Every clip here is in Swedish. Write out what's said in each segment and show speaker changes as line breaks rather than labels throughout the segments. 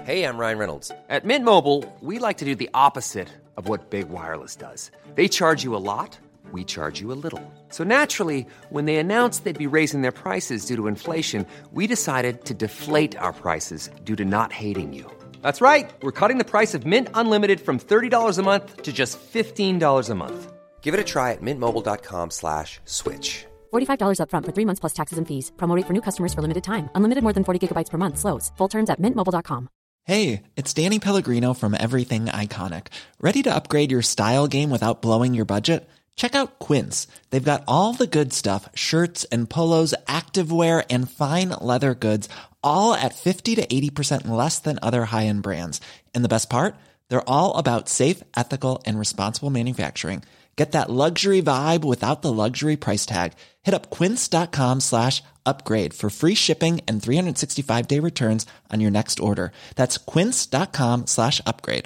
Hey, I'm Ryan Reynolds. At Mint Mobile, we like to do the opposite of what Big Wireless does. They charge you a lot, we charge you a little. So naturally, when they announced they'd be raising their prices due to inflation, we decided to deflate our prices due to not hating you. That's right. We're cutting the price of Mint Unlimited from $30 a month to just $15 a month. Give it a try at mintmobile.com/switch.
$45 up front for 3 months plus taxes and fees. Promo rate for new customers for limited time. Unlimited more than 40 gigabytes per month. Slows full terms at mintmobile.com.
Hey, it's Danny Pellegrino from Everything Iconic. Ready to upgrade your style game without blowing your budget? Check out Quince. They've got all the good stuff, shirts and polos, activewear, and fine leather goods, all at 50 to 80% less than other high-end brands. And the best part? They're all about safe, ethical, and responsible manufacturing. Get that luxury vibe without the luxury price tag. Hit up quince.com/upgrade for free shipping and 365-day returns on your next order. That's quince.com/upgrade.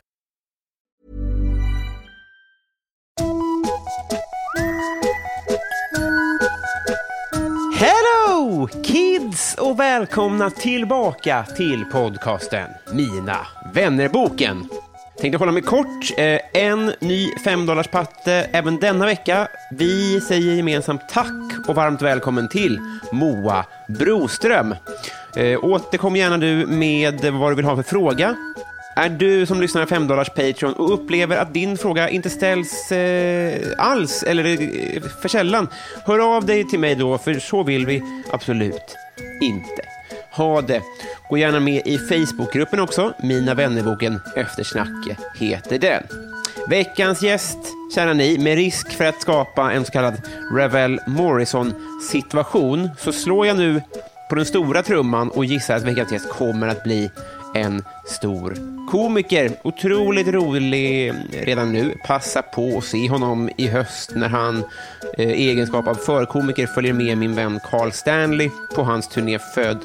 Hello kids och välkomna tillbaka till podcasten Mina vännerboken. Tänkte hålla mig kort, en ny $5 även denna vecka. Vi säger gemensamt tack och varmt välkommen till Moa Broström. Återkom gärna du med vad du vill ha för fråga. Är du som lyssnar $5 Patreon och upplever att din fråga inte ställs alls eller för sällan, hör av dig till mig då, för så vill vi absolut inte ha det. Gå gärna med i Facebookgruppen också. Mina vännerboken Eftersnacke heter den. Veckans gäst, kära ni, med risk för att skapa en så kallad Ravel Morrison-situation, så slår jag nu på den stora trumman och gissar att veckans gäst kommer att bli en stor komiker. Otroligt rolig redan nu. Passa på att se honom i höst när han i egenskap av förkomiker följer med min vän Carl Stanley på hans turné Född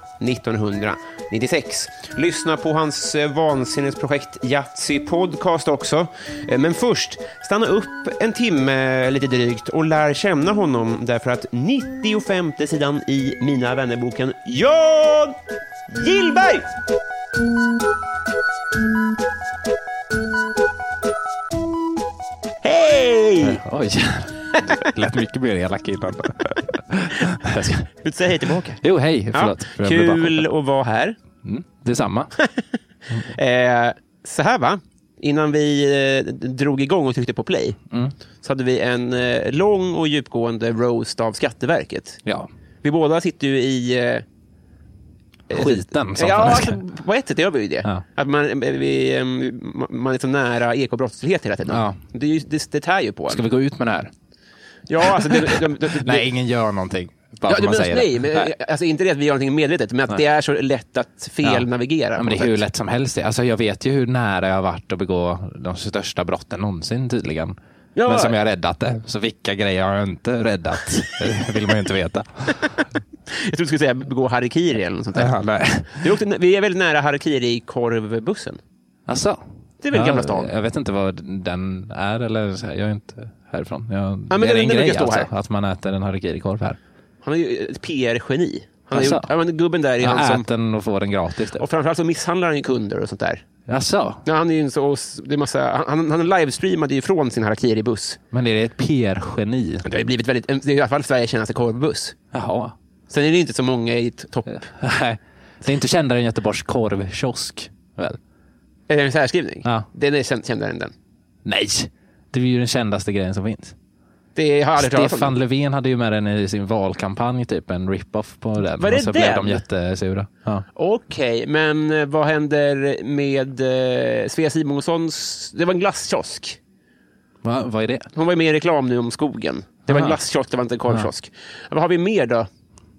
1996. Lyssna på hans vansinnesprojekt Yatzy podcast också. Men först, stanna upp en timme lite drygt och lär känna honom, därför att 95:e sidan i Mina vännerboken, Jan Gillberg! Hej!
Oj, det lät mycket mer elak innan.
Du säger hej tillbaka.
Jo, hej, förlåt.
Ja, kul att vara här.
Detsamma.
Så här va, innan vi drog igång och tryckte på play så hade vi en lång och djupgående roast av Skatteverket.
Ja.
Vi båda sitter ju i
skiten.
Ja, alltså, på ett sätt gör vi ju det.
Ja.
Att man är så nära ekobrottslighet hela tiden.
Ja.
Det tär ju på en.
Ska vi gå ut med det här?
Ja, alltså
nej, ingen gör någonting. Bara
ja,
man säger
nej,
det.
Men, alltså inte det att vi gör någonting medvetet, men att det är så lätt att felnavigera.
Ja, men det är hur lätt som helst. Alltså, jag vet ju hur nära jag har varit att begå de största brotten någonsin tydligen. Ja. Men som jag har räddat det. Så vilka grejer har jag inte räddat? Det vill man ju inte veta.
Jag tror du skulle säga begå harikiri eller något sånt där.
Ja, nej.
Vi är väldigt nära harikiri i korvbussen.
Asså?
Det är väl Gamla stan.
Jag vet inte vad den är, eller jag är inte härifrån.
Men
det är en grej
alltså,
att man äter en harikiri-korv här.
Han är ju ett PR-geni. Han har gjort, gubben där är
han
han som
äter den och får den gratis. Typ.
Och framförallt så misshandlar han ju kunder och sånt där.
Asså?
Ja, han är ju så, det är massa, han livestreamade ju från sin harikiri-buss.
Men är det ett PR-geni?
Det har ju blivit väldigt, det är i alla fall Sveriges kändaste korvbuss.
Jaha.
Sen är det inte så många i topp.
Nej, det är inte kändare än Göteborgs korvkiosk, väl?
Är det en särskrivning?
Ja.
Den är kändare än den.
Nej, det är ju den kändaste grejen som finns.
Det har aldrig
Stefan Löfven hade ju med den i sin valkampanj, typ en rip-off på den.
Var det
och så
den?
blev de jättesura. Ja.
Okej, men vad händer med Svea Simonssons... Det var en glasskiosk.
Vad är det?
Hon var ju med i reklam nu om skogen. Det var en glasskiosk, det var inte en korvkiosk. Vad har vi mer då?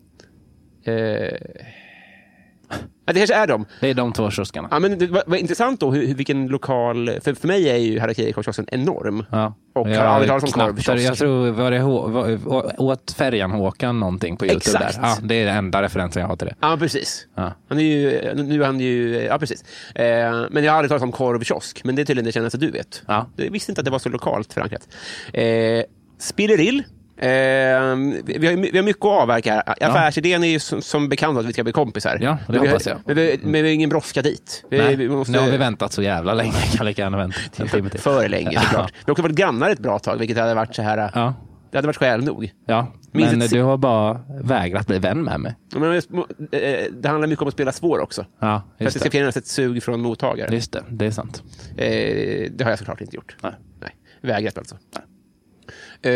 Ja, det kanske är de.
Det är de två kioskarna.
Ja, men det var intressant då vilken lokal... För mig är ju harikiri-korvkiosken enorm.
Ja.
Och har aldrig talat om korvkiosk.
Jag tror, var det åt Färjan Håkan någonting på YouTube.
Exakt.
Där. Ja, det är den enda referensen jag har till det.
Ja, precis.
Ja.
Han är ju, nu är han ju... Ja, precis. Men jag har aldrig talat om korvkiosk. Men det är tydligen det kännaste du vet.
Ja.
Jag visste inte att det var så lokalt förankrat. Spillerill. Vi har mycket att avverka här. Affärsidén är ju som bekant att vi ska bli kompisar.
Ja, det hoppas jag.
Men vi har ingen brådska dit.
Nu har vi väntat så jävla länge. Kan lika gärna vänta en timme till.
För länge, såklart. Vi har också varit grannar ett bra tag, vilket hade varit så här...
Ja.
Det hade varit skäl nog.
Ja, men du har bara vägrat bli vän med mig.
Men det handlar mycket om att spela svår också.
Ja,
för att det ska finnas ett sug från mottagare.
Just det är sant.
Det har jag såklart inte gjort. Nej. Vägrat alltså. Nej.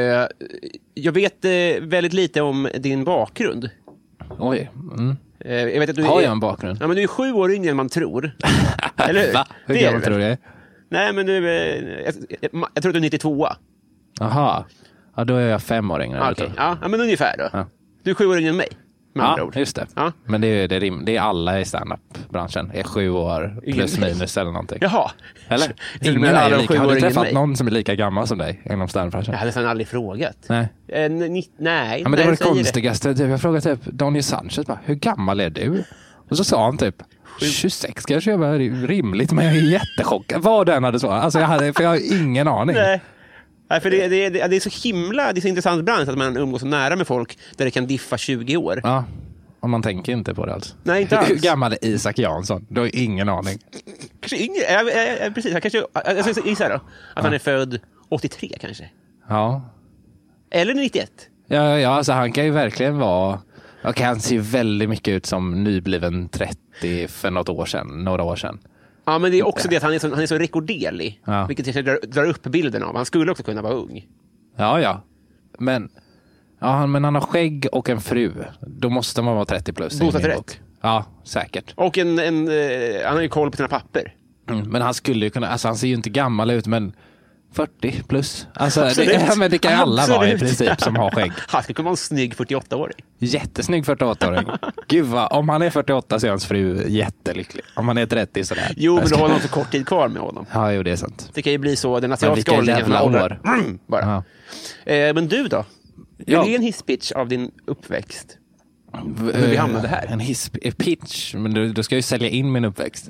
Jag vet väldigt lite om din bakgrund.
Oj. Mm.
Jag vet att
har jag en bakgrund?
Ja, men du är 7 år yngre än man tror. Eller hur?
Va? Hur gammal tror du jag är?
Nej, men jag tror att du är 92.
Aha. Ja, då är jag 5 år yngre.
Okay. Ja, men ungefär då. Ja. Du är 7 år yngre än mig.
Ja, just det. Ja. Men det är alla i stand-up-branschen. Är 7 år plus minus eller någonting.
Jaha.
Eller? Ingen är lika. Har du träffat någon som är lika gammal som dig inom stand-up-branschen?
Jag hade nästan aldrig frågat.
Nej.
Nej.
Ja, men det var det konstigaste. Jag frågade typ Daniel Sanchez, hur gammal är du? Och så sa han typ 26 kanske, jag var rimligt, men jag är jättechockad. Vad den hade svarat. Alltså jag har ingen aning.
Nej. Nej, för det är så intressant bransch att man umgås så nära med folk där det kan diffa 20 år.
Ja, och man tänker inte på det alls.
Nej, inte alls.
Hur gammal är Isak Jansson? Du har ingen aning.
Kanske yngre. Precis, jag ska gissa då. Att han är född 83 kanske.
Ja.
Eller 91.
Ja, alltså han kan ju verkligen vara... Okay, han ser ju väldigt mycket ut som nybliven 30 för några år sedan. Ja,
men det är också det att han är så rekorderlig. Ja. Vilket jag drar upp bilden av. Han skulle också kunna vara ung.
Ja. Men han har skägg och en fru. Då måste man vara 30 plus.
Bostadsrätt.
Ja, säkert.
Och han har ju koll på sina papper.
Men han skulle ju kunna... Alltså han ser ju inte gammal ut, men 40 plus. Alltså det kan ju alla vara i princip som har skägg.
Han skulle kunna vara en snygg 48-åring.
Jättesnygg 48-åring. Gud vad, om han är 48 så är hans fru jättelycklig. Om han är 30 sådär.
Jo, men då har han så kort tid kvar med honom.
Ja, jo, det är sant.
Det kan ju bli så, den asiatiska åldringen.
År.
Bara. Men du då? Vill du ge en hisspitch av din uppväxt? Hur vi hamnade här?
En pitch, men du ska ju sälja in min uppväxt.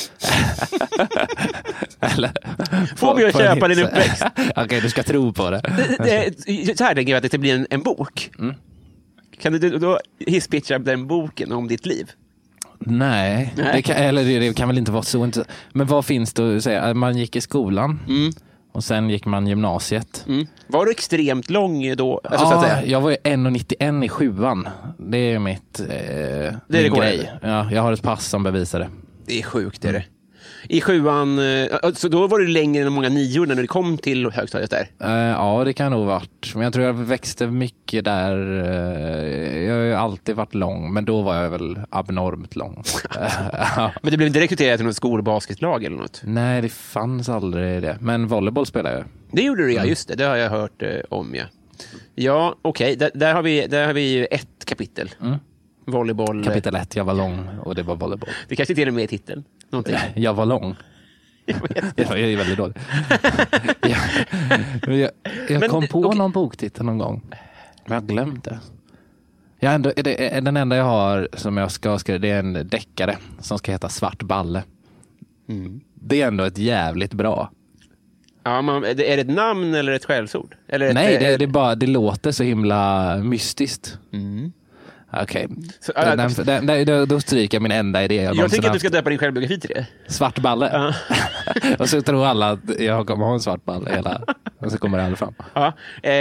Eller,
får vi att köpa din uppväxt?
Okej, du ska tro på det.
Så här tänker jag att det blir en bok. Kan du då hisspitcha den boken om ditt liv?
Nej. Det kan väl inte vara så. Men vad finns det att säga? Man gick i skolan. Och sen gick man gymnasiet.
Var du extremt lång då? Alltså, så att säga.
Jag var 1,91 i 7:an. Det är det är grej. Ja, jag har ett pass som bevisar det.
Det är sjukt, är det. I 7:an, så då var du längre än många 9 när du kom till högstadiet där?
Ja, det kan nog varit. Men jag tror jag växte mycket där. Jag har ju alltid varit lång, men då var jag väl abnormt lång.
Men det blev inte rekryterat till något skolbasketlag eller något?
Nej, det fanns aldrig det. Men volleyboll spelade jag.
Det gjorde du, ja, just det. Det har jag hört om, ja. Ja, okej. Där har vi ett kapitel. Volleyboll.
Kapitel 1, jag var lång och det var volleyboll.
Det kanske till och med är titeln. Någonting.
Jag var lång. Jag är väldigt dålig. Jag kom på någon boktitel någon gång. Men jag glömde. Den enda jag har som jag ska skriva, det är en deckare som ska heta Svart balle. Det är ändå ett jävligt bra.
Ja, men är det ett namn eller ett skällsord? Eller
nej, det är bara, det låter så himla mystiskt. Okej. Då stryker jag min enda idé.
Jag tycker att du ska döpa din självbiografi till det.
Svart balle. Och så tror alla att jag kommer ha en svart balle hela. Och så kommer det aldrig fram.
Ja.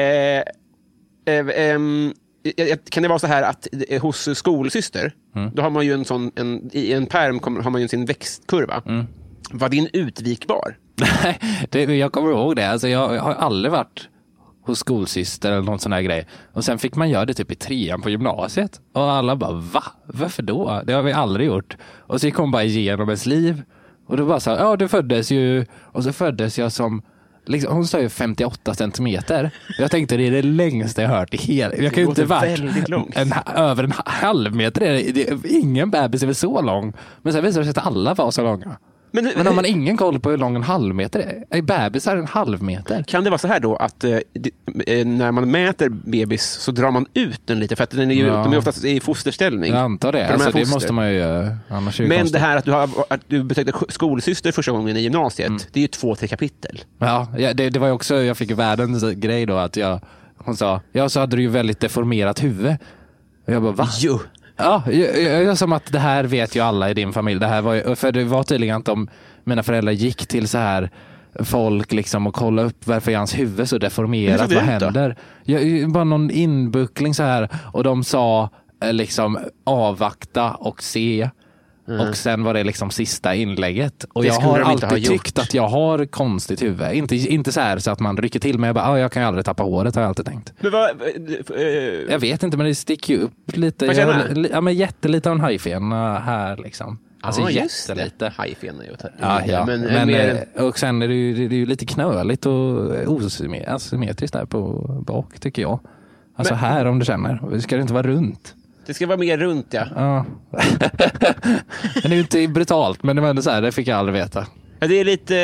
Kan det vara så här att hos skolsyster då har man ju i en pärm har man ju sin växtkurva. Var din utvikbar?
Nej, jag kommer ihåg det. Alltså, jag har aldrig varit hos skolsyster eller någon sån här grej. Och sen fick man göra det typ i 3:an på gymnasiet. Och alla bara, va? Varför då? Det har vi aldrig gjort. Och så gick hon bara igenom ens liv. Och då bara så här, ja, du föddes ju... Och så föddes jag som... Liksom, hon sa ju 58 centimeter. Jag tänkte det är det längsta jag hört i hela... Jag kan ju inte varit över en halv meter. Ingen bebis är väl så lång. Men sen visade det sig att alla var så långa. Men har man ingen koll på hur lång en halv meter är? Är bebisar en halv meter?
Kan det vara så här då att när man mäter bebis så drar man ut den lite för att de är oftast i fosterställning.
Jag antar det. Alltså, det måste man ju göra. Men
det här att du besökte skolsyster första gången i gymnasiet, det är ju 2-3 kapitel.
Ja, det var ju också, jag fick världens grej då att Hon sa, ja så hade du ju väldigt deformerat huvud. Och jag bara, va?
Jo.
Ja, jag som att det här vet ju alla i din familj. Det här var ju, för det var tydligen att mina föräldrar gick till så här folk liksom och kolla upp varför är hans huvud så deformerat, vad händer? Bara någon inbuckling så här, och de sa liksom avvakta och se. Och sen var det liksom sista inlägget. Och jag har alltid tyckt att jag har konstigt huvud. Inte så här så att man rycker till mig och bara, jag kan ju aldrig tappa håret, har jag alltid tänkt.
Men
jag vet inte, men det sticker ju upp lite. Men jättelite av en hajfena här liksom. Alltså jättelite.
Hajfena ju.
Ja. Men och sen är det ju lite knöligt och asymmetriskt där på bak, tycker jag. Alltså här, om du känner. Ska det inte vara runt?
Det ska vara mer runt, ja.
Det är ju inte brutalt, men det var ändå så här, det fick jag aldrig veta.
Ja, det är lite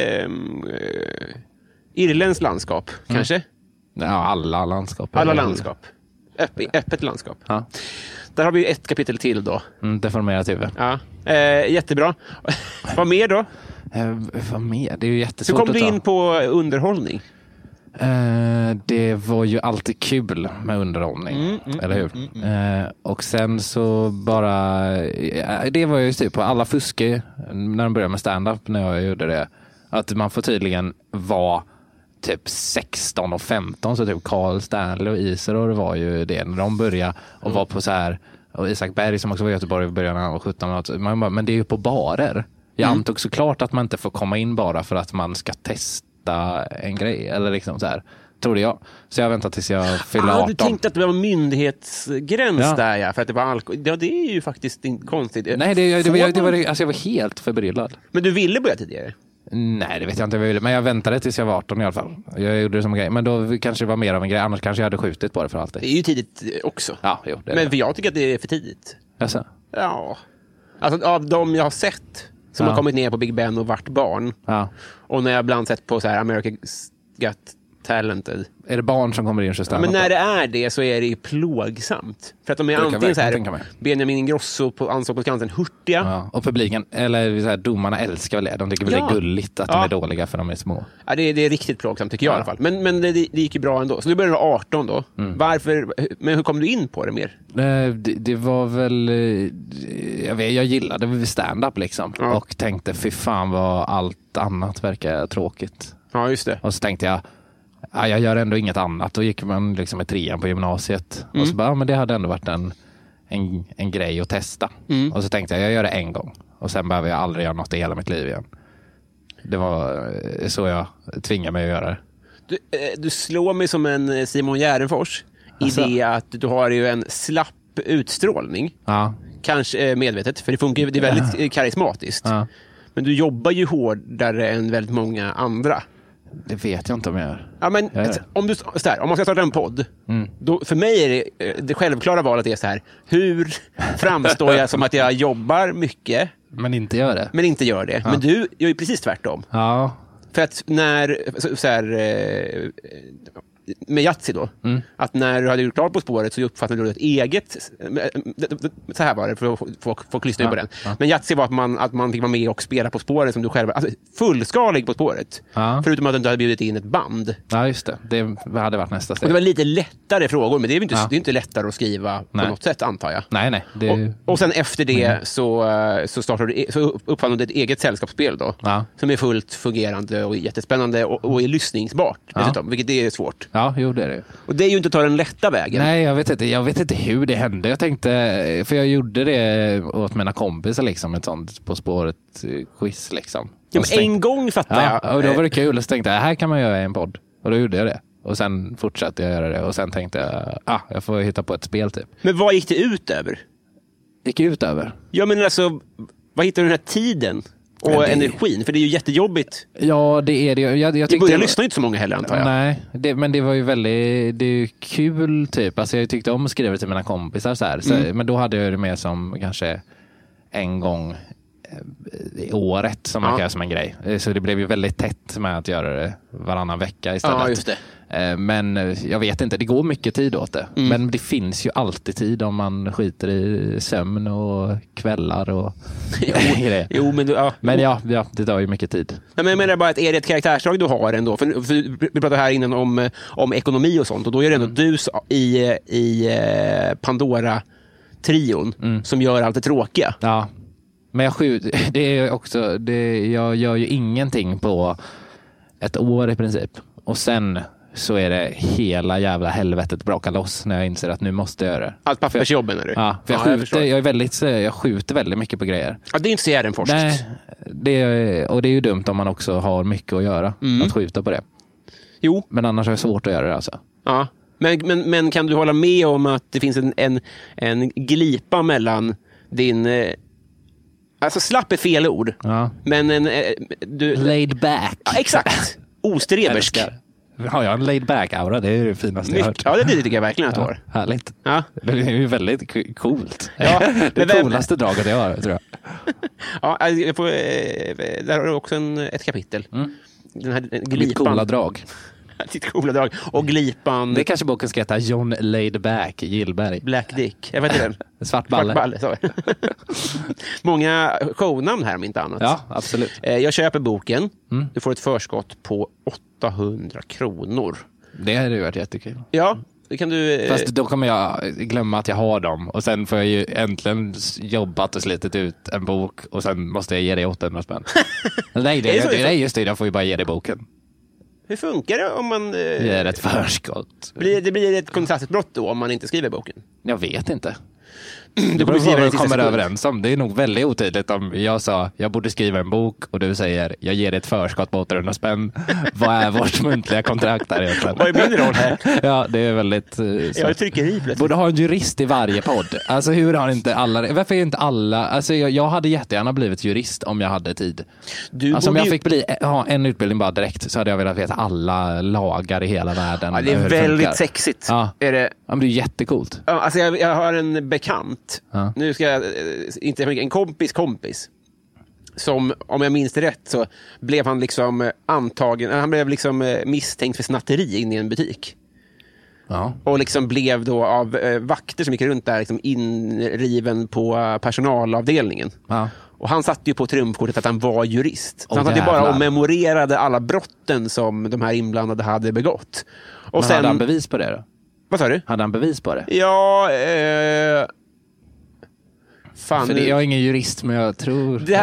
irländskt landskap, kanske?
Ja, alla landskap.
Alla landskap. Öppet landskap.
Ja.
Där har vi ett kapitel till då.
Deformerat huvud.
Ja. Jättebra. Vad mer då?
Vad mer? Det är ju jättesvårt.
Hur kom du in på underhållning?
Det var ju alltid kul med underhållning, eller hur? Och sen så bara det var ju typ på alla fuske när de började med stand-up, när jag gjorde det, att man får tydligen vara typ 16 och 15, så typ Carl Stanley och Isidor var ju det när de började och var på så här, och Isak Berg som också var i Göteborg i början när han var 17, man bara, men det är ju på barer. Jag antog såklart att man inte får komma in bara för att man ska testa en grej, eller liksom så här, trodde jag. Så jag väntar tills jag fyller 18.
Du tänkte att det var myndighetsgräns där, ja, för att det var alkohol. Ja, det är ju faktiskt inte konstigt.
Nej, jag var helt förbryllad.
Men du ville börja tidigare?
Nej, det vet jag inte vad jag ville. Men jag väntade tills jag var 18 i alla fall. Jag gjorde det som en grej. Men då kanske det var mer av en grej. Annars kanske jag hade skjutit på det för alltid.
Det är ju tidigt också.
Ja, jo,
men för jag tycker att det är för tidigt.
Jaså?
Ja. Alltså av de jag har sett som har kommit ner på Big Ben och varit barn. Ja. Och när jag ibland sett på så här America's Got Talented.
Är det barn som kommer in och
men när det är det så är det ju plågsamt. För att de är antingen så här Benjamin Ingrosso på Ansvar på Skansen, hurtiga.
Ja. Och publiken, eller så här, domarna älskar väl det. De tycker väl det är gulligt att de är dåliga för de är små.
Ja, det är riktigt plågsamt tycker jag i alla fall. Men det gick ju bra ändå. Så du började vara 18 då. Varför? Men hur kom du in på det mer?
Det var väl jag gillade stand-up liksom. Och tänkte, fy fan vad allt annat verkar tråkigt.
Ja, just det.
Och så tänkte jag gör ändå inget annat. Då gick man liksom i 3:an på gymnasiet. Och så bara, men det hade ändå varit en grej att testa. Och så tänkte jag gör det en gång. Och sen behöver jag aldrig göra något i hela mitt liv igen. Det var så jag tvingade mig att göra det.
Du slår mig som en Simon Gärdenfors i det att du har ju en slapp utstrålning. Ja. Kanske medvetet, för det funkar, det är väldigt karismatiskt. Ja. Men du jobbar ju hårdare än väldigt många andra.
Det vet jag inte om jag gör.
Ja, men om man ska starta en podd, då, för mig är det självklara valet är så här: hur framstår jag som att jag jobbar mycket
men inte gör det?
Ja. Men du gör ju precis tvärtom. Ja. För att när så här, med Yatzy då, att när du hade gjort klart På spåret så uppfattade du ett eget, så här var det för att få lyssna på den. Men Yatzy var att man fick vara med och spela På spåret som du själv, alltså fullskalig På spåret. Förutom att du inte hade bjudit in ett band.
Ja, just det. Det hade varit nästa steg.
Och det var lite lättare frågor, men det är inte, det är inte lättare att skriva på något sätt, antar jag.
Nej.
Och sen efter det så startade du, så uppfann du ett eget sällskapsspel då, som är fullt fungerande och jättespännande och är lyssningsbart dessutom, vilket är svårt.
Ja, jo, det är det.
Och det är ju inte att ta den lätta vägen.
Nej, jag vet inte hur det hände. Jag tänkte, för jag gjorde det åt mina kompisar liksom, ett sånt På spåret-quiz liksom.
Ja, men en gång fattar jag.
Ja, och då var det kul. Och så tänkte jag, här kan man göra en podd. Och då gjorde jag det. Och sen fortsatte jag göra det. Och sen tänkte jag får hitta på ett spel typ.
Men vad gick det ut över? Ja, men alltså, vad hittade du den här tiden? Och energin, för det är ju jättejobbigt.
Ja, det är det.
Jag lyssnar inte så många heller, antar jag.
Nej, men det var ju väldigt, det är ju kul typ. Alltså jag tyckte om att skriva till mina kompisar så här. Så, men då hade jag det med som kanske en gång i året som man kan göra som en grej. Så det blev ju väldigt tätt med att göra det varannan vecka istället.
Ja, just
Men jag vet inte, det går mycket tid åt det. Men det finns ju alltid tid om man skiter i sömn och kvällar och grejer.
Jo, men
Men ja, det tar ju mycket tid.
Men jag menar bara att är det ett karaktärsdrag du har ändå? För vi pratade här innan om ekonomi och sånt, och då är det ändå du i Pandora-trion som gör allt det tråkiga.
Ja, men det är också, jag gör ju ingenting på ett år i princip. Och sen så är det hela jävla helvetet brakar loss när jag inser att nu måste jag göra det.
Allt pappersjobben är det?
Ja, för jag skjuter väldigt mycket på grejer.
Ja, det är inte så Gärdenfors.
Nej, och det är ju dumt om man också har mycket att göra. Att skjuta på det.
Jo.
Men annars är det svårt att göra det alltså.
Ja. Men kan du hålla med om att det finns en glipa mellan din... Alltså slapp är fel ord.
Ja.
Men
Laid back.
Ja, exakt. Ostrebersk.
Har jag en laid back-aura? Det är det finaste jag har hört.
Ja, det tycker jag verkligen att du har.
Härligt.
Ja.
Det är ju väldigt coolt.
Ja,
det coolaste draget jag har, tror jag.
Ja, där har du också ett kapitel. Den här glipan.
Mitt coola drag.
Ditt coola drag. Och glipan...
Det kanske boken ska heta John Laidback Gillberg.
Black Dick. Jag vet inte den.
Svartballe.
Många shownamn här om inte annat.
Ja, absolut.
Jag köper boken. Du får ett förskott på 800 kronor.
Det hade ju varit jättekul.
Ja, det kan du...
Fast då kommer jag glömma att jag har dem. Och sen får jag ju äntligen jobbat och slitit ut en bok. Och sen måste jag ge dig 800 spänn. Nej, det är just det. Jag får ju bara ge dig boken.
Hur funkar det om man...
Det är ett förskott.
Det blir ett kontrastbrott då om man inte skriver boken?
Jag vet inte.
Du
kommer överens om. Det är nog väldigt otydligt om jag sa jag borde skriva en bok och du säger jag ger dig ett förskott på 800 spänn. Vad är vårt muntliga kontrakt där egentligen?
Vad är min roll här?
Ja, det är väldigt...
Jag trycker i plötsligt.
Borde ha en jurist i varje podd. Alltså hur har inte alla... Varför är inte alla... Alltså jag hade jättegärna blivit jurist om jag hade tid. Alltså om jag fick ha en utbildning bara direkt så hade jag velat veta alla lagar i hela världen.
Ja, det är väldigt sexigt.
Ja.
Är det...
Ja, men det är jättecoolt.
Ja, alltså jag har en bekant.
Ja.
Nu ska jag inte en kompis som, om jag minns det rätt, så blev han liksom antagen, han blev liksom misstänkt för snatteri in i en butik.
Ja.
Och liksom blev då av vakter som gick runt där liksom inriven på personalavdelningen.
Ja.
Och han satt ju på trumfkortet att han var jurist. Så han satt ju
jävlar.
bara och memorerade alla brotten som de här inblandade hade begått. Och
Men
sen...
hade han bevis på det då?
Vad sa du?
Hade han bevis på det?
Ja, fan,
För jag är ingen jurist, men jag tror
den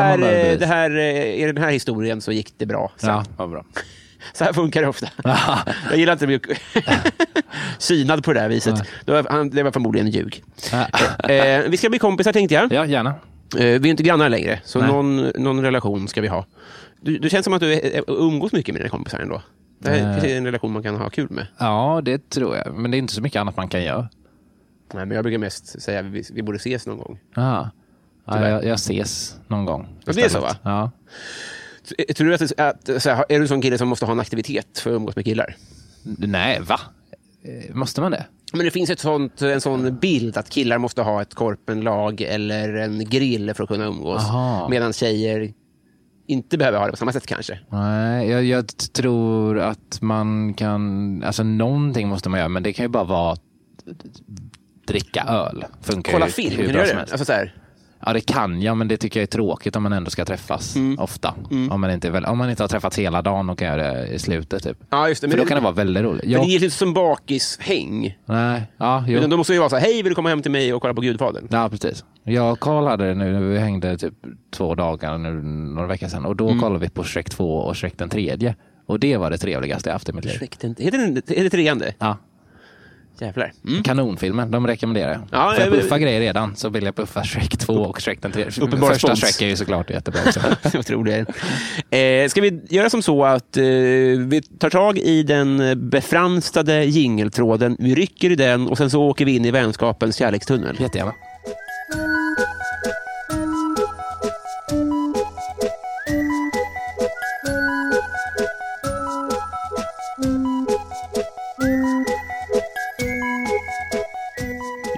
här historien så gick det bra. Så,
ja, vad bra.
så här funkar det ofta. Jag gillar inte att bli synad på det här viset. Det var förmodligen en ljug. Vi ska bli kompisar, tänkte jag.
Ja, gärna.
Vi är inte grannar längre, så
Nej.
någon relation ska vi ha. Du känns som att du umgås mycket med dina kompisar ändå. Det här kanske är en relation man kan ha kul med.
Ja, det tror jag. Men det är inte så mycket annat man kan göra.
Nej, men jag brukar mest säga att vi borde ses någon gång.
Ja, jag ses någon gång.
Ja, det är så, va?
Ja.
Tror du att så här, är du en sån kille som måste ha en aktivitet för att umgås med killar?
Nej, va? Måste man det?
Men det finns en sån bild att killar måste ha ett korpenlag eller en grill för att kunna umgås.
Aha.
Medan tjejer inte behöver ha det på samma sätt kanske.
Nej, jag tror att man kan... Alltså någonting måste man göra, men det kan ju bara vara dricka öl. Funkar
Kolla
ju
film,
hur
kan du
bra
göra
som
det?
helst.
Alltså så här.
Ja, det kan jag, men det tycker jag är tråkigt om man ändå ska träffas ofta. Om man inte har träffats hela dagen och kan göra det i slutet typ.
Ja, just det.
För
Men
då kan det vara väldigt roligt.
Men det är inte som bakishäng.
Nej, ja, jo.
Utan då måste ju vara så här, hej, vill du komma hem till mig och kolla på Gudfadern?
Ja, precis. Jag och Carl hade det nu när vi hängde typ 2 dagar nu, några veckor sedan. Och då kollade vi på Shrek 2 och Shrek den 3. Och det var det trevligaste jag haft i mitt liv.
Är det 3:e?
Ja.
Jävlar.
Kanonfilmen, de rekommenderar jag.
Ja,
för jag puffar grejer redan så vill jag puffa Shrek 2 och Shrek den 3.
Uppenbar
Första
spons.
Shrek är ju såklart jättebra också.
Jag tror det. Ska vi göra som så att vi tar tag i den befranstade jingeltråden, vi rycker i den och sen så åker vi in i vänskapens kärlekstunnel.
Jättegärna.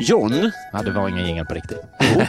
John.
Ja, det var ingen jingel på riktigt.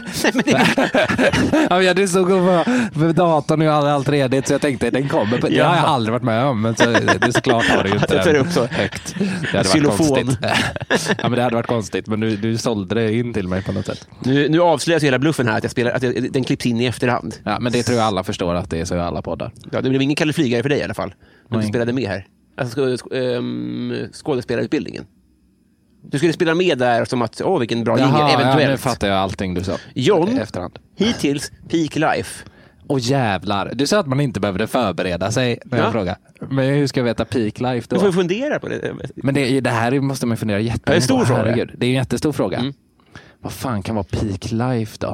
Ja, jag stod på datorn och jag hade allt redigt så jag tänkte den kommer. Det har jag aldrig varit med om, men så, det såklart har det ju inte
det upp så
högt. Det hade varit konstigt. Ja, men det hade varit konstigt, men du sålde det in till mig på något sätt.
Nu avslöjas hela bluffen här att den klipps in i efterhand.
Ja, men det tror jag alla förstår att det är så i alla poddar.
Ja, det blev ingen Kalle Flygare för dig i alla fall. Men du spelade med här. Alltså skådespelarutbildningen. Du skulle spela med där som att, vilken bra jingel, eventuellt.
Ja, nu fattar jag allting du sa.
John,
efterhand.
Hittills peak life.
Jävlar, du sa att man inte behövde förbereda sig när jag frågar. Men hur ska jag veta peak life då?
Du får fundera på det.
Men det här måste man fundera jättemycket på.
Det är en stor fråga.
Herregud. Det är en jättestor fråga. Vad fan kan vara peak life då?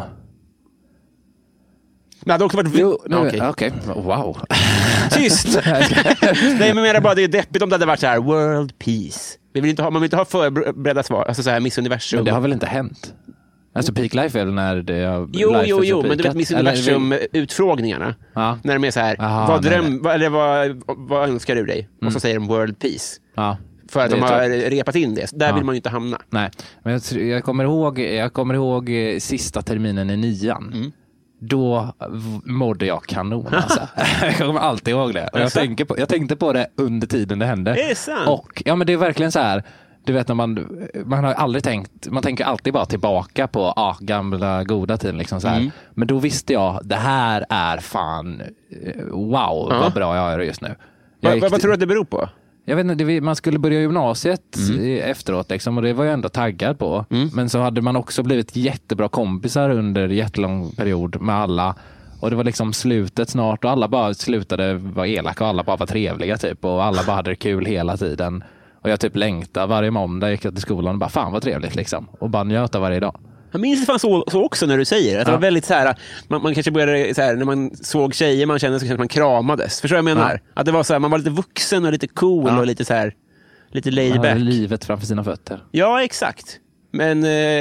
Det hade också varit...
Okej. Wow.
Tyst! Nej, men menar bara det är deppigt om det hade varit så här world peace. Man vill inte ha förberedda svar. Alltså så här Miss Universum.
Men det har väl inte hänt? Alltså peak life är väl när det har...
Jo, men du vet Miss Universum-utfrågningarna. Ja. När de är så här, vad önskar du dig? Och så säger de world peace. Ja. För att de har repat in det. Där vill man ju inte hamna.
Nej, men jag kommer ihåg sista terminen i 9:an. Då mådde jag kanon alltså. Jag kommer alltid ihåg det. Och jag tänkte på det under tiden det hände.
Det är sant.
Och ja, men det är verkligen så här. Du vet när man har aldrig tänkt, man tänker alltid bara tillbaka på gamla goda tiden liksom så här. Men då visste jag, det här är fan wow, vad bra jag är just nu.
Vad tror du att det beror på?
Jag vet inte, man skulle börja gymnasiet efteråt liksom, och det var jag ändå taggad på. Men så hade man också blivit jättebra kompisar under jättelång period med alla. Och det var liksom slutet snart och alla bara slutade vara elaka och alla bara var trevliga typ. Och alla bara hade det kul hela tiden. Och jag typ längtade varje måndag, gick jag till skolan och bara fan vad trevligt liksom. Och bara njöta varje dag.
Jag minns det fanns så också när du säger att det var väldigt så här, man kanske började så här, när man såg tjejer man kände så kanske man kramades. Förstår du vad jag menar? Att det var så här, man var lite vuxen och lite cool och lite så här, lite laid back.
Livet framför sina fötter.
Ja, exakt. Men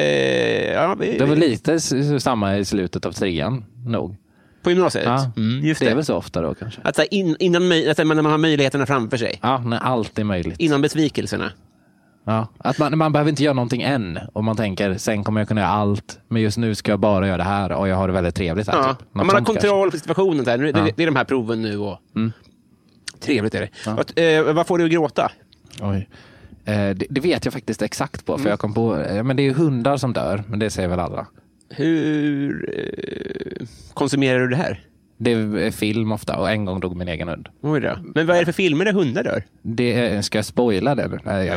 det var lite samma i slutet av 3:an nog.
På gymnasiet?
Ja, just det är väl så ofta då kanske.
Att så här, innan när man har möjligheterna framför sig.
Ja, när allt är möjligt.
Innan besvikelserna.
Ja, att man behöver inte göra någonting än. Och man tänker, sen kommer jag kunna göra allt. Men just nu ska jag bara göra det här. Och jag har det väldigt trevligt här. Typ.
Man har kontroll på situationen. Där. Det är de här proven nu. Och... Trevligt är det. Ja. Vad får du att gråta?
Oj. Det vet jag faktiskt exakt på. För jag kom på, men det är hundar som dör. Men det säger väl alla. Hur
konsumerar du det här?
Det är film ofta och en gång dog min egen hund.
Oj då. Men vad är det för filmer där hundar dör?
Ska jag spoila det?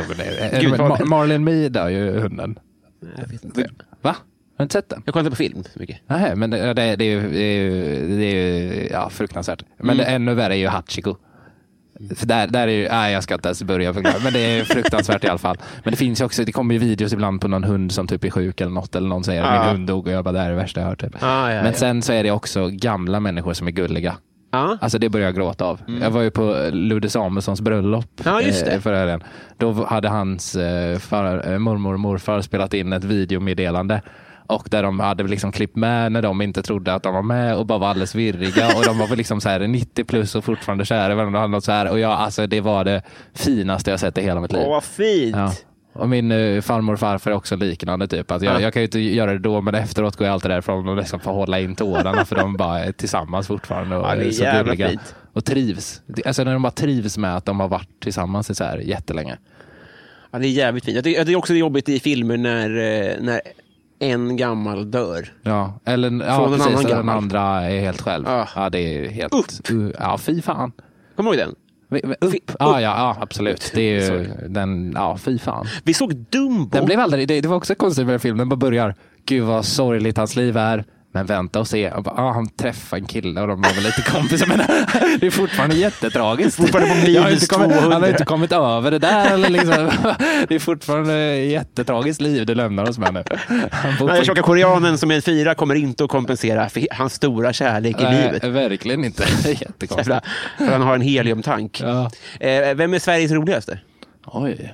Marlon Me dör ju hunden.
Jag vet inte.
Va? Har du inte sett den?
Jag kollar inte på film så mycket.
Nej, men det är ju fruktansvärt. Men det ännu värre är ju Hachiko. För där är ju, jag ska inte ens börja förklara, men det är fruktansvärt i alla fall. Men det finns ju också, det kommer ju videos ibland på någon hund som typ är sjuk eller något, eller någon säger min hund dog och jag bara, det är det värsta jag hört typ. Men sen så är det också gamla människor som är gulliga. Alltså det börjar jag gråta av. Jag var ju på Ludde Samuelssons bröllop förra helgen. Då hade hans mormor och morfar spelat in ett videomeddelande. Och där de hade liksom klippt med när de inte trodde att de var med och bara var alldeles virriga. Och de var väl liksom så här 90 plus och fortfarande kära. Och så här. Och alltså det var det finaste jag sett i hela mitt liv.
Åh, vad fint! Ja.
Och min farmor och farfar är också liknande typ. Att jag kan ju inte göra det då, men efteråt går jag alltid därifrån och liksom får hålla in tårarna. För de bara är tillsammans fortfarande och är så gulliga. Fint. Och trivs. Alltså när de bara trivs med att de har varit tillsammans i så här jättelänge.
Ja, det är jävligt fint. Det är också jobbigt i filmer när en gammal dör.
Ja, eller
precis, annan
den andra är helt själv. Ja, det är helt... Ja, fy fan.
Kommer du ihåg den?
Upp. Ja, absolut. Det är ju den, fy fan.
Vi såg Dumbo.
Den blev aldrig, det var också konstigt med filmen. Den bara börjar, gud vad sorgligt hans liv är. Men vänta och se. Han träffar en kille och de var väl lite kompisar. Men det är fortfarande jättetragiskt.
Fortfarande på minus 200.
Han har inte kommit över det där. Eller liksom. Det är fortfarande jättetragiskt liv du lämnar oss med nu.
Den tjocka koreanen som är en 4 kommer inte att kompensera för hans stora kärlek i livet.
Verkligen inte. Jättekonstigt.
För han har en heliumtank. Ja. Vem är Sveriges roligaste?
Oj.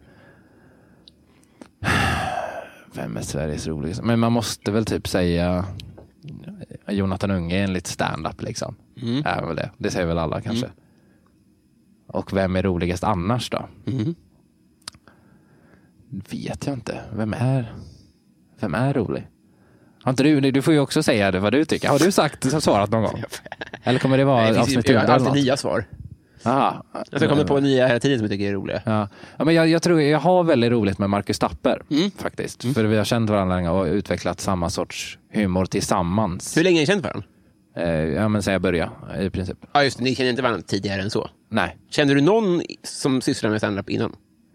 Vem är Sveriges roligaste? Men man måste väl typ säga Jonathan Unge enligt stand-up liksom. Är väl det. Det säger väl alla kanske. Och vem är roligast annars då? Vet jag inte. Vem är? Vem är rolig? Har inte du får ju också säga det, vad du tycker. Har du svarat någon gång? Eller kommer det vara avsnitt
jag har alltid nya svar.
Aha.
Jag kommer på nya hela tiden som jag tycker är roliga.
Ja, men jag tror jag har väldigt roligt med Marcus Tapper faktiskt. För vi har känt varandra länge och utvecklat samma sorts humor tillsammans.
Hur länge har ni känt varandra?
Ja, men sen jag började i princip.
Ja, just det. Ni känner inte varandra tidigare än så?
Nej.
Kände du någon som sysslar med stand-up innan?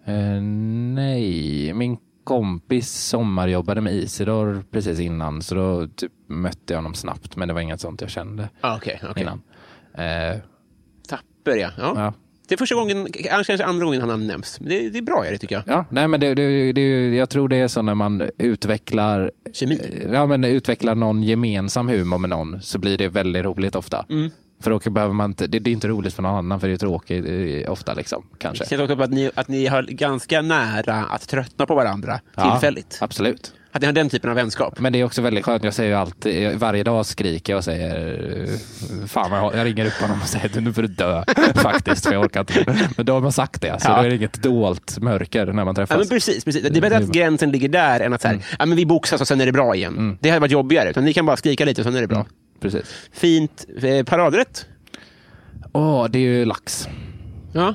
Nej. Min kompis sommarjobbade med Isidor precis innan, så då typ mötte jag honom snabbt, men det var inget sånt jag kände innan.
Tapper, ja. Det är första gången, kanske andra gången han nämns. Det är bra, det tycker jag.
Ja, nej, men jag tror det är så när man utvecklar
kemi.
Ja, men utvecklar någon gemensam humor med någon, så blir det väldigt roligt ofta. För då behöver man inte, det är inte roligt för någon annan, för det är tråkigt ofta liksom, kanske.
Jag känner också på att ni har ganska nära att tröttna på varandra tillfälligt.
Absolut.
Att ni har den typen av vänskap.
Men det är också väldigt skönt. Jag säger ju alltid, varje dag skriker jag och säger fan, jag ringer upp honom och säger nu får du dö faktiskt, för jag orkar inte. Men då har man sagt det, så då är det inget dolt mörker när man träffas.
Ja, men precis. Det är bättre att gränsen ligger där än att så här, men vi boxas och sen är det bra igen. Det hade varit jobbigare, utan ni kan bara skrika lite och sen är det bra.
Precis.
Fint. Paradrätt?
Det är ju lax.
Ja.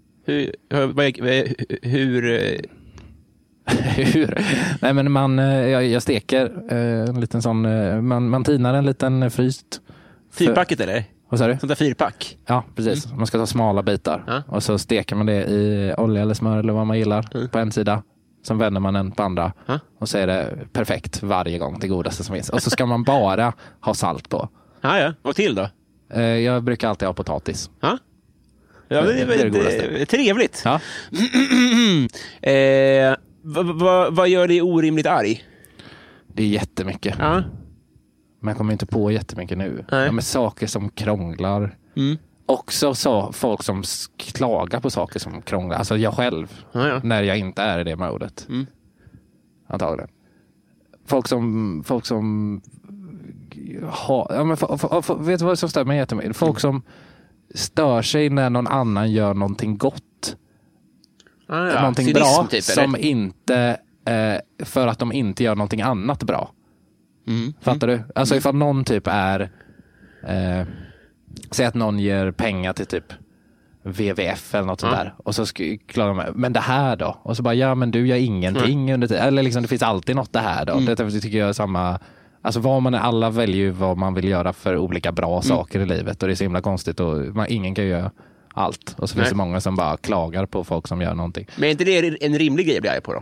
Hur
Nej, men jag steker en liten sån, man tinar en liten fryst.
Fyrpacket eller?
Vad sa du?
Sånt där fyrpack.
Ja, precis. Man ska ta smala bitar. Och så steker man det i olja eller smör eller vad man gillar på en sida. Sen vänder man den på andra. Och så är det perfekt varje gång, det godaste som finns. Och så ska man bara ha salt på.
Ja. Och till då?
Jag brukar alltid ha potatis.
Ja, det är trevligt.
Ja.
Vad gör dig orimligt arg?
Det är jättemycket.
Ja.
Men jag kommer inte på jättemycket nu.
Nej.
Med saker som krånglar. Också så folk som klagar på saker som krånglar. Alltså jag själv. När jag inte är i det modet. Antagligen. Folk som har... vet du vad som stör mig jättemycket? Folk som stör sig när någon annan gör någonting gott. Någonting cynism, bra typ, som inte för att de inte gör någonting annat bra. Fattar du? Alltså ifall någon typ är säg att någon ger pengar till typ WWF eller något sånt där, och så klarar man, men det här då? Och så bara, men du gör ingenting under tiden. Eller liksom, det finns alltid något det här då. Det tycker jag är samma. Alltså alla väljer ju vad man vill göra för olika bra saker i livet, och det är så himla konstigt, och ingen kan ju göra allt. Och så finns det många som bara klagar på folk som gör någonting. Men
är inte det en rimlig grej att bli arg på då?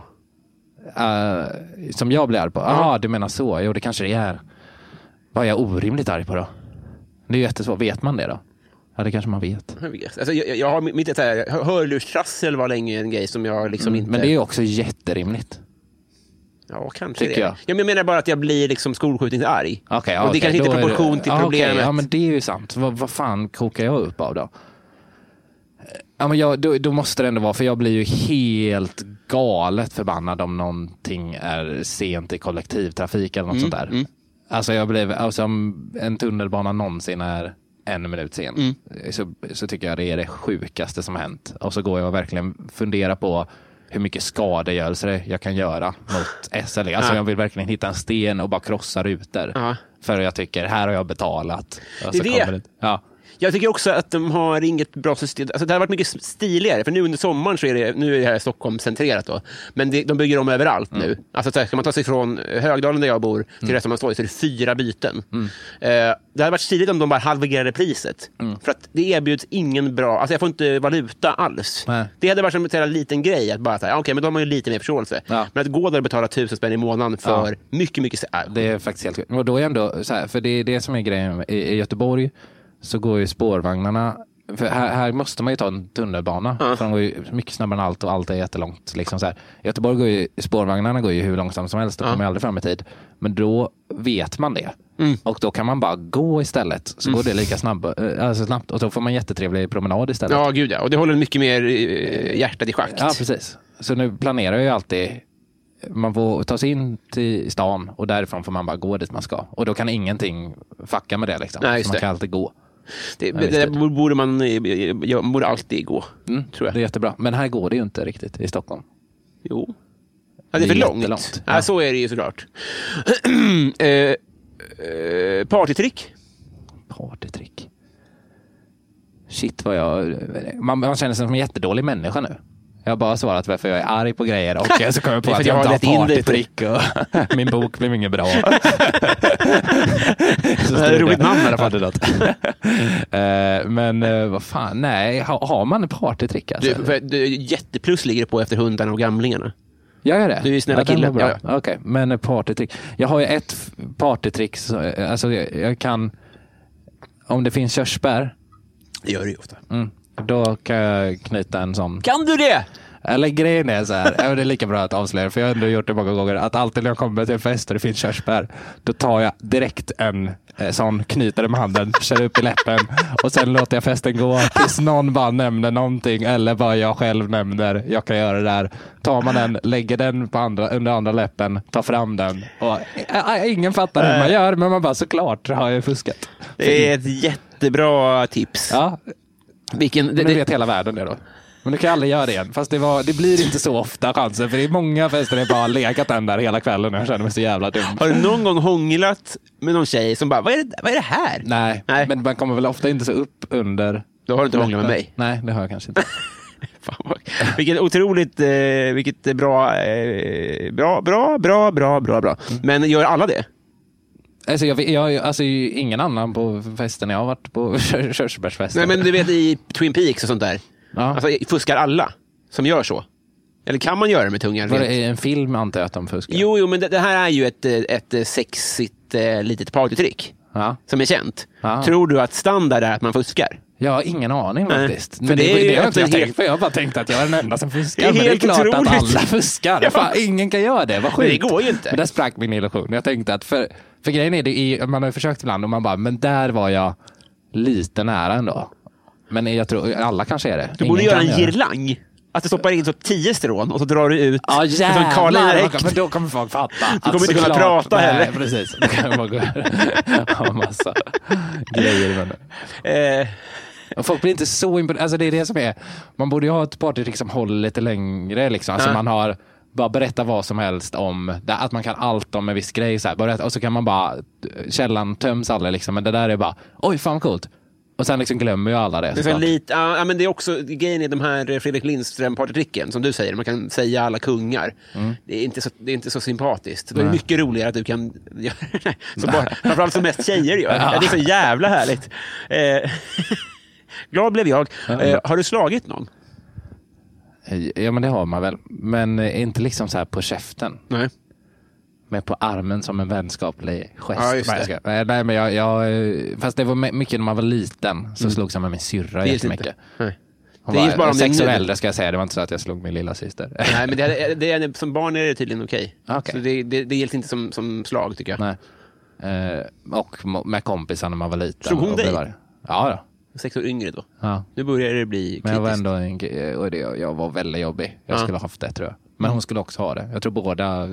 Som jag blir arg på? Du menar så. Jo, det kanske det är. Vad är jag orimligt arg på då? Det är ju jättesvårt. Vet man det då? Ja, det kanske man vet.
Alltså, jag har mitt hörlurstrassel var länge en grej som jag liksom inte...
Men det är ju också jätterimligt.
Ja, kanske tycker det. Jag menar bara att jag blir liksom skolskjutningsarg.
Okay,
och det kanske inte är proportion till problemet.
Okay, ja, men det är ju sant. Vad fan kokar jag upp av då? Ja, men då måste det ändå vara, för jag blir ju helt galet förbannad om någonting är sent i kollektivtrafik eller något sånt där. Alltså om en tunnelbana någonsin är 1 minut sen, så tycker jag det är det sjukaste som har hänt. Och så går jag och verkligen fundera på hur mycket skadegörelse jag kan göra mot SL. Alltså jag vill verkligen hitta en sten och bara krossa rutor. För jag tycker, här har jag betalat. Och så
det är
det. Ja.
Jag tycker också att de har inget bra system. Alltså det har varit mycket stiligare. För nu under sommaren så är det här Stockholm-centrerat då. Men de bygger om överallt nu. Alltså ska man ta sig från Högdalen där jag bor till Röstamanstorg, så är det 4 byten. Det hade varit stiligt om de bara halverade priset. För att det erbjuds ingen bra... Alltså jag får inte valuta alls. Det hade varit som en liten grej att bara säga, okej, men då har man ju lite mer förståelse. Men att gå där och betala 1000 spänn i månaden för mycket...
Det är faktiskt helt kul. Och då är ändå så här, för det är det som är grejen i Göteborg. Så går ju spårvagnarna, för här måste man ju ta en tunnelbana, för de går ju mycket snabbare än allt, och allt är jättelångt liksom så här. I Göteborg spårvagnarna går ju hur långsamt som helst, och kommer aldrig fram i tid, men då vet man det, och då kan man bara gå istället, så går det lika snabbt, och då får man jättetrevlig promenad istället.
Ja, gud ja, och det håller mycket mer hjärtat i schakt.
Ja, precis. Så nu planerar jag ju alltid, man får ta sig in till stan, och därifrån får man bara gå dit man ska, och då kan ingenting fucka med det liksom.
Nej,
man kan alltid gå.
Det borde man borde alltid gå, tror jag.
Det är jättebra. Men här går det ju inte riktigt i Stockholm.
Jo. Ja, det är för långt.
jättelångt.
Ja, så är det ju såklart. Partytrick?
Partytrick. Shit vad man känner sig som en jättedålig människa nu. Jag har bara svarat varför jag är arg på grejer och så kommer jag på att jag inte har partytrick och min bok blev inget bra. Så det är ett roligt namn i alla fall. Men vad fan, nej, har man en partytrick alltså?
Jätteplus ligger det på efter hundarna och gamlingarna.
Jag gör det.
Du är ju snälla killen. Ja.
Okej, men partytrick. Jag har ju ett partytrick, alltså jag kan, om det finns körsbär.
Det gör det ju ofta.
Då kan jag knyta en sån.
Kan du det?
Eller grejen är så här, det är lika bra att avslöja, för jag har ändå gjort det många gånger, att alltid när jag kommer till en fest och det finns körsbär, då tar jag direkt en sån, knyter det med handen, kör upp i läppen och sen låter jag festen gå tills någon bara nämner någonting eller bara jag själv nämner, jag kan göra det där. Tar man den, lägger den på under andra läppen, tar fram den och ingen fattar hur man gör, men man bara såklart har jag fuskat.
Det är ett jättebra tips.
Ja. Nu vet hela världen det då. Men du kan aldrig göra det igen. Fast det blir inte så ofta chansen. För det är många fester där jag bara legat den där hela kvällen och jag känner mig så jävla dum.
Har du någon gång hånglat med någon tjej som bara, vad är det här?
Nej, men man kommer väl ofta inte så upp under.
Då har du inte hånglat med mig.
Nej, det har jag kanske inte.
Fan, vilket otroligt bra. Men gör alla det?
Alltså, ingen annan på festen jag har varit på körsbärsfesten.
Nej, men du vet i Twin Peaks och sånt där.
Ja.
Alltså, fuskar alla som gör så? Eller kan man göra det med tungan?
Var det en film antar jag att de fuskar?
Jo, men det här är ju ett sexigt litet partytrick.
Ja.
Som är känt.
Ja.
Tror du att standard är att man fuskar?
Jag har ingen aning faktiskt. Men
det
har jag inte tänkt på. Jag har bara tänkt att jag är den enda som fuskar.
Det är helt
klart
otroligt.
Att alla fuskar.
Ja.
Fan, ingen kan göra det. Vad sjukt.
Men det går ju inte.
Men där sprack min illusion. Jag tänkte att för grejen är man har försökt ibland och man bara, men där var jag lite nära ändå. Men jag tror alla kanske är det.
Du borde göra en girlang. Att du stoppar in så 10 strån och så drar du ut
en sån
Karl-Erik.
Men då kommer folk fatta.
Du kommer inte kunna prata heller.
Nej, precis. Då kan man ha massa grejer. Och folk blir inte så imponerade. Alltså det är det som är. Man borde ju ha ett partytrick som håller lite längre. Liksom. Alltså man har bara berätta vad som helst om att man kan allt om en viss grej. Så här. Och så kan man bara, källan töms alla liksom. Men det där är bara, oj fan coolt. Och sen liksom glömmer ju alla det.
Det är så lite, men det är också grejen i de här Fredrik Lindström-partytricken som du säger. Man kan säga alla kungar. Det är inte så sympatiskt. Det är mycket roligare att du kan göra det. Framförallt som mest tjejer gör. Ja. Det är så jävla härligt. Glad blev jag. Har du slagit någon?
Ja, men det har man väl. Men inte liksom så här på käften. Nej. Men på armen som en vänskaplig gest.
Ja, just det.
Nej, men jag fast det var mycket när man var liten så slogs jag med min syrra jättemycket. Nej. Hon det är bara 6 år äldre ska jag säga. Det var inte så att jag slog min lilla syster.
Nej, men det är, som barn är det tydligen okej. Okay. Så det gills inte som slag tycker jag.
Nej. Och med kompisar när man var liten.
Slog hon dig?
Ja då.
6 år yngre då.
Ja.
Nu börjar det bli kritiskt.
Men jag var ändå jag var väldigt jobbig. Jag skulle ha haft det tror jag. Men hon skulle också ha det. Jag tror båda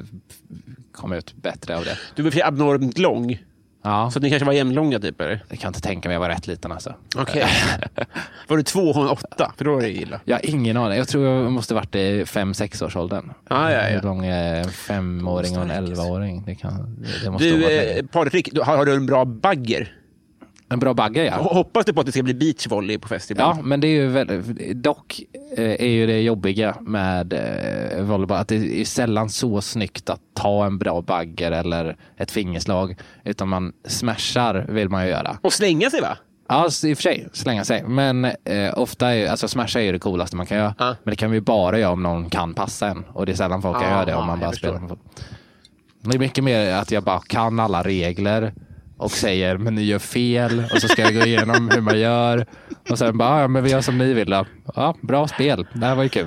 kom ut bättre av det.
Du var för abnormt lång.
Ja.
Så ni kanske var jämnlånga typ eller?
Jag kan inte tänka mig, jag var rätt liten alltså.
Okej. Var du 2,8? För då var det illa.
Jag har ingen aning. Jag tror jag måste varit i 5-6 års åldern. Hur lång är en 5-åring och en 11-åring? Det måste
du, Patrik, har du en bra bagger?
En bra bagger, ja.
Hoppas du på att det ska bli beachvolley på festival?
Ja, men det är ju dock är ju det jobbiga med volleyboll att det är sällan så snyggt att ta en bra bagger eller ett fingerslag, utan man smashar vill man ju göra.
Och slänga sig va?
Ja, i och för sig slänga sig. Men ofta är alltså smasha är det coolaste man kan göra. Men det kan vi bara göra om någon kan passa en. Och det är sällan folk kan göra det om man bara spelar med fotboll. Det är mycket mer att jag bara kan alla regler och säger, men ni gör fel. Och så ska jag gå igenom hur man gör. Och sen bara, ja men vi gör som ni vill då. Ja, bra spel. Det här var ju kul.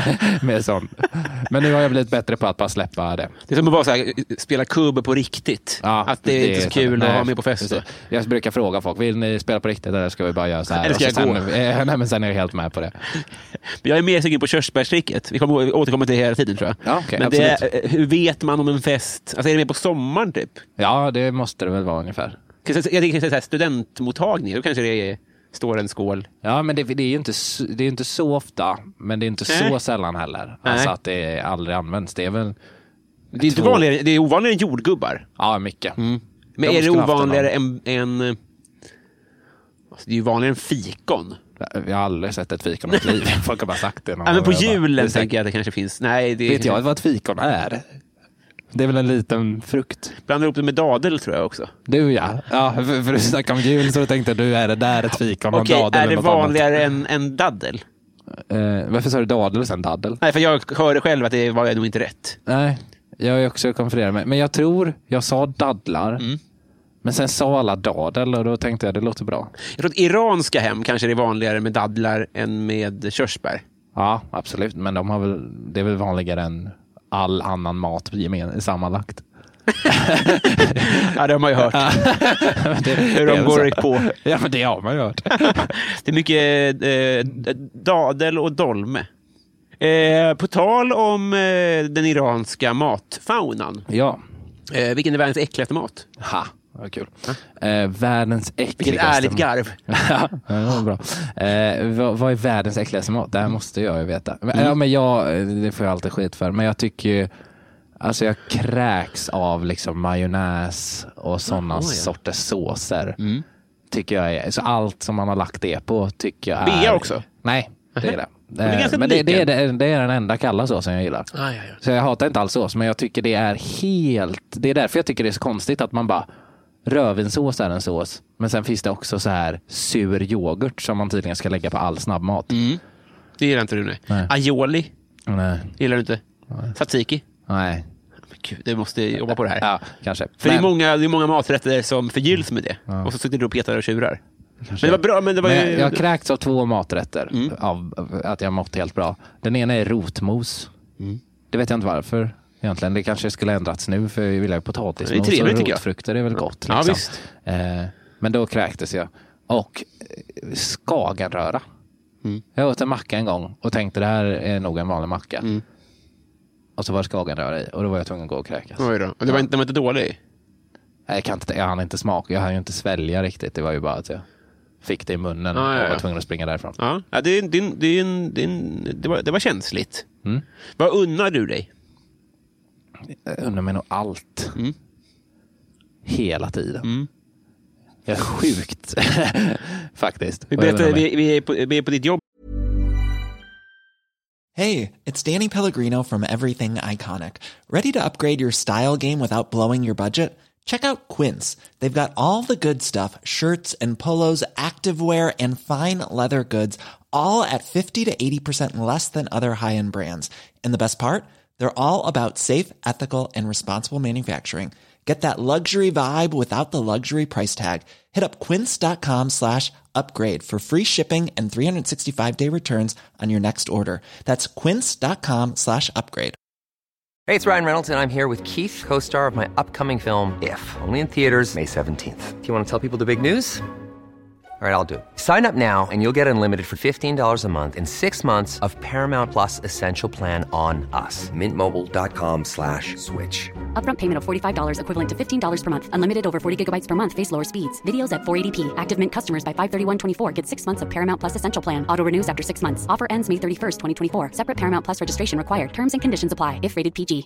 med sånt. Men nu har jag blivit bättre på att bara släppa det. Det är
som att bara så här, spela kubb på riktigt. Ja, att det är inte så kul att ha med på fester.
Jag brukar fråga folk, vill ni spela på riktigt eller ska vi bara göra så här? Eller ska jag gå? Nej, men sen är jag helt med på det.
Jag är mer sugen på körsbärstricket. Vi kommer återkomma till det hela tiden tror jag.
Ja, okay,
men hur vet man om en fest? Alltså är det mer på sommaren typ?
Ja, det måste det väl vara ungefär.
Jag tänker så här, studentmottagning, då kanske det står en skål.
Ja, men det är ju inte så ofta, men det är inte så sällan heller. Alltså att det aldrig används. Det är väl
Det är, inte vanligare, det är ovanligare än jordgubbar.
Ja, mycket.
Men är det ovanligare än alltså, det är ju vanligare än fikon.
Jag har aldrig sett ett fikon i mitt liv. Folk har bara sagt det.
Men på julen tänker jag att det kanske finns. Nej, det
vet jag vad ett fikon är? Det är väl en liten frukt.
Blandar ihop det med dadel tror jag också.
Du ja för du snackar om jul så tänkte du är det där ett fikon och dadel.
Är det vanligare än daddel?
Varför sa du dadel och sen daddel?
Nej, för jag hörde själv att det var nog inte rätt.
Nej, jag är också konfunderad med. Men jag tror jag sa dadlar. Men sen sa alla dadel och då tänkte jag det låter bra.
Jag tror att iranska hem kanske är vanligare med dadlar än med körsbär.
Ja, absolut. Men det är väl vanligare än all annan mat sammanlagt.
Ja, det har man ju hört. Hur de går på.
Ja, men det har man ju hört.
Det är mycket dadel och dolme. På tal om den iranska matfaunan.
Ja.
Vilken är världens äckligaste mat?
Ha, vad kul. Världens äckligaste.
Vilket ärligt garv.
Ja, det var bra. Vad är världens äckligaste mat? Det här måste jag ju veta. Men det får jag alltid skit för. Men jag tycker ju, alltså jag kräks av liksom majonnäs och sådana sorters såser. Tycker jag är, så allt som man har lagt det på tycker jag är...
Bea också?
Nej, det är det.
Men det
är den enda kalla såsen jag gillar. Så jag hatar inte alls sås, men jag tycker det är helt... Det är därför jag tycker det är så konstigt att man bara... Rövinsås är en sås. Men sen finns det också så här sur yoghurt som man tydligen ska lägga på all snabbmat.
Det gillar inte du, nej. Aioli?
Nej.
Gillar du inte? Nej. Tzatziki?
Nej.
Men gud, du måste jobba på det här.
Ja, kanske.
För det är många maträtter som förgylls med det. Ja. Och så sitter du och petar och tjurar. Kanske. Men det var bra. Men det var
jag har kräkts av 2 maträtter av att jag mått helt bra. Den ena är rotmos. Det vet jag inte varför. Egentligen, det kanske skulle ändrats nu för vi vill ha potatismos och rotfrukter är väl gott. Liksom.
Ja, visst.
Men då kräktes jag. Och skagenröra. Jag åt en macka en gång och tänkte det här är nog en vanlig macka. Och så var det skagenröra i och då var jag tvungen att gå och kräkas.
Oj då. Och det var inte dålig?
Jag hann inte smaka, jag hann ju inte svälja riktigt. Det var ju bara att jag fick det i munnen och var tvungen att springa därifrån.
Ja, det var känsligt. Vad unnar du dig?
Jag undrar mig nog allt. Hela tiden. Jag är sjukt. Faktiskt.
Vi är på ditt jobb.
Hey, it's Danny Pellegrino from Everything Iconic. Ready to upgrade your style game without blowing your budget? Check out Quince. They've got all the good stuff, shirts and polos, activewear and fine leather goods, all at 50 to 80% less than other high-end brands. And the best part? They're all about safe, ethical, and responsible manufacturing. Get that luxury vibe without the luxury price tag. Hit up quince.com/upgrade for free shipping and 365-day returns on your next order. That's quince.com/upgrade.
Hey, it's Ryan Reynolds, and I'm here with Keith, co-star of my upcoming film, If, only in theaters May 17th. Do you want to tell people the big news? All right, I'll do it. Sign up now and you'll get unlimited for $15 a month and 6 months of Paramount Plus Essential Plan on us. MintMobile.com/switch.
Upfront payment of $45 equivalent to $15 per month. Unlimited over 40 gigabytes per month. Face lower speeds. Videos at 480p. Active Mint customers by 531.24 get 6 months of Paramount Plus Essential Plan. Auto renews after 6 months. Offer ends May 31st, 2024. Separate Paramount Plus registration required. Terms and conditions apply if rated PG.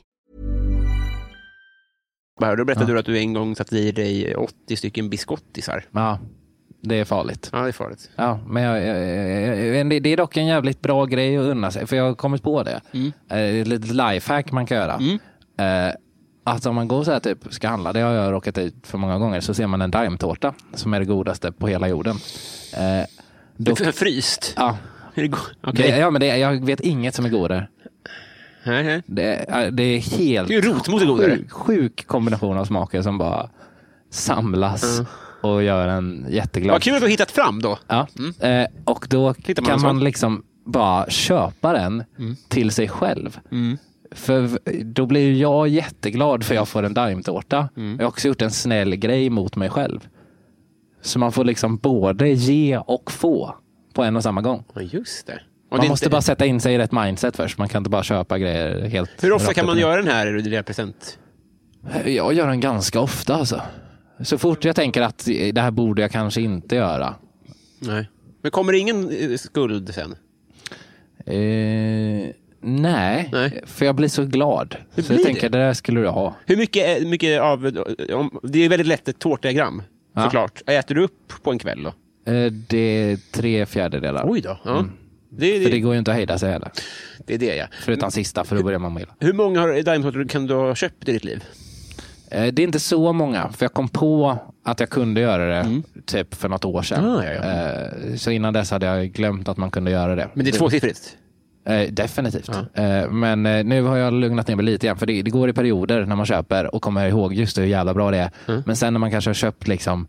Då berättade du att du en gång satte i dig 80 stycken biskottisar.
Ja. Det är farligt.
Ja, det är farligt.
Ja, men det är dock en jävligt bra grej att unna sig. För jag har kommit på det. Ett litet lifehack man kan göra. Att om man går så här typ ska handla, det har jag råkat ut för många gånger, så ser man en daimtårta som är det godaste på hela jorden.
Fryst?
Ja.
Okay.
Ja, men jag vet inget som är godare. Det är helt...
Det är rotmos är godare.
Sjuk kombination av smaker som bara samlas och gör en jätteglad.
Vad kul att du har hittat fram då.
Ja. Och då kan man liksom bara köpa den till sig själv. För då blir jag jätteglad för jag får en daimtårta. Jag har också gjort en snäll grej mot mig själv. Så man får liksom både ge och få på en och samma gång.
Ja, just det.
Och man måste bara sätta in sig i rätt mindset först. Man kan inte bara köpa grejer helt...
Hur ofta kan man göra den här i present?
Jag gör den ganska ofta alltså. Så fort jag tänker att det här borde jag kanske inte göra.
Nej. Men kommer det ingen skuld sen?
Nej, för jag blir så glad. Så jag tänker, det där skulle du ha.
Hur mycket av... Det är väldigt lätt ett tårtdiagram, såklart. Äter du upp på en kväll då?
Det är 3/4.
Oj då, ja.
För det går ju inte att hejda sig heller.
Det är det, ja.
Förutom sista, för då börjar man med.
Hur många daimtortor kan du ha köpt i ditt liv?
Det är inte så många, för jag kom på att jag kunde göra det typ för något år sedan. Så innan dess hade jag glömt att man kunde göra det.
Men det är tvåsiffrigt?
Definitivt. Men nu har jag lugnat ner mig lite igen, för det går i perioder när man köper och kommer ihåg just hur jävla bra det är. Men sen när man kanske har köpt liksom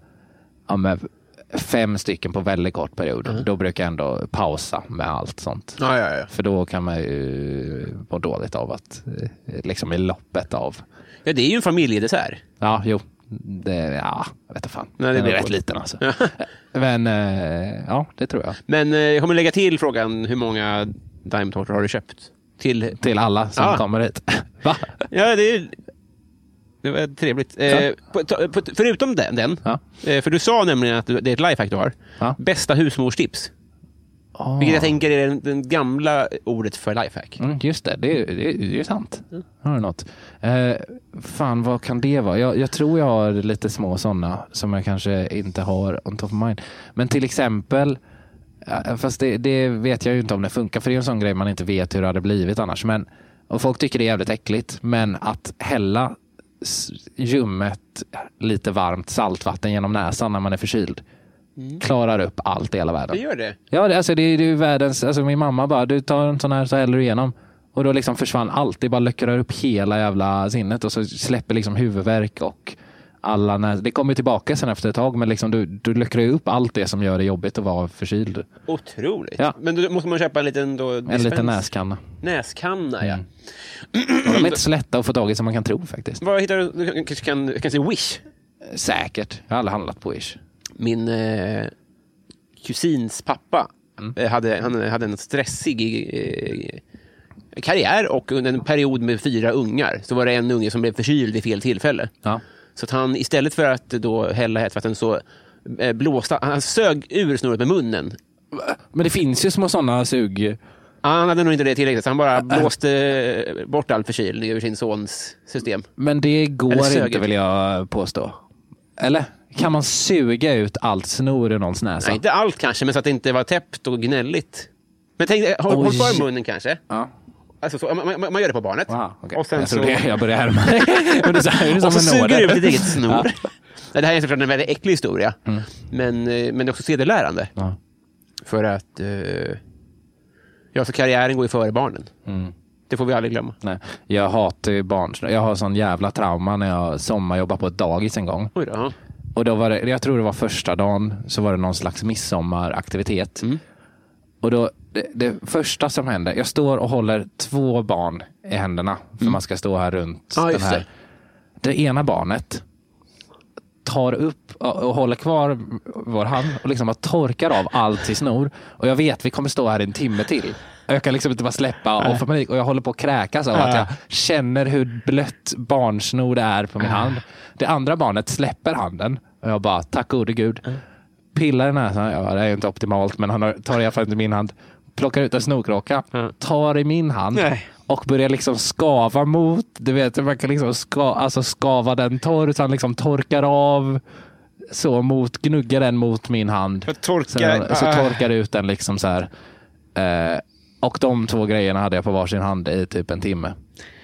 5 stycken på väldigt kort period, då brukar jag ändå pausa med allt sånt. För då kan man ju må dåligt av att liksom i loppet av.
Ja, det är ju en familjedessert.
Ja, jo. Jag vet inte fan.
Nej, det
är rätt liten alltså. Men ja, det tror jag.
Men jag kommer lägga till frågan, hur många daimtortor har du köpt?
Till alla som kommer hit. Va?
Ja, det var trevligt. Förutom den för du sa nämligen att det är ett lifehack du har. Bästa husmorstips. Vilket jag tänker är den gamla ordet för lifehack.
Just det, det är sant. Har du något? Fan, vad kan det vara? Jag tror jag har lite små sådana som jag kanske inte har on top of mind. Men till exempel, fast det vet jag ju inte om det funkar, för det är en sån grej man inte vet hur det hade blivit annars. Och folk tycker det är jävligt äckligt, men att hälla ljummet lite varmt saltvatten genom näsan när man är förkyld klarar upp allt i hela världen.
Det gör det?
Ja, det är ju världens... Alltså min mamma bara, du tar en sån här så häller du igenom. Och då liksom försvann allt. Det bara löckrar upp hela jävla sinnet och så släpper liksom huvudvärk och alla... Det kommer tillbaka sen efter ett tag, men liksom du löckrar ju upp allt det som gör det jobbigt att vara förkyld.
Otroligt. Ja. Men då måste man köpa en liten...
En liten näskanna.
Näskanna, ja.
De är inte så lätta att få tag i som man kan tro faktiskt.
Vad hittar du? Du kanske kan se Wish?
Säkert. Jag har aldrig handlat på Wish.
Min kusins pappa hade en stressig karriär, och under en period med 4 ungar så var det en unge som blev förkyld vid fel tillfälle. Så att han istället för att då hälla hetvatten så blåste han sög ur snurret med munnen.
Men det finns ju små sådana sug.
Han hade nog inte det tillräckligt, så han bara blåste bort all förkylning över sin sons system.
Men det går inte, vill jag påstå. Eller? Kan man suga ut allt snor ur någons näsa?
Nej, inte allt kanske, men så att det inte var täppt och gnälligt. Men tänk, håll för munnen kanske. Ja. Alltså så, man gör det på barnet.
Wow, okay.
Och sen
jag börjar härma dig.
Och så suger du ut ditt eget snor. Ja. Det här är såklart en väldigt äcklig historia. Men det är också sedelärande. För att så karriären går ju före barnen. Det får vi aldrig glömma.
Nej, jag hatar ju barn. Jag har sån jävla trauma när jag sommarjobbade på ett dagis en gång.
Oj då.
Och då var det, jag tror det var första dagen, så var det någon slags midsommaraktivitet. Och då, det första som hände, jag står och håller 2 barn i händerna, för man ska stå här runt den här. Det ena barnet tar upp och håller kvar vår hand och liksom bara torkar av allt i snor. Och jag vet, vi kommer stå här en timme till. Jag kan liksom inte bara släppa och få panik. Och jag håller på att kräkas av att jag känner hur blött barnsnor det är på min hand. Det andra barnet släpper handen. Och jag bara, tack gode gud. Pillar i näsan. Ja, det är ju inte optimalt, men han tar i alla fall inte min hand. Plockar ut en snorkråka. Tar i min hand. Och börjar liksom skava mot. Du vet, man kan liksom skava den torr. Så han liksom torkar av. Så gnuggar den mot min hand. Så torkar ut den liksom så här. Och de 2 grejerna hade jag på varsin hand i typ en timme.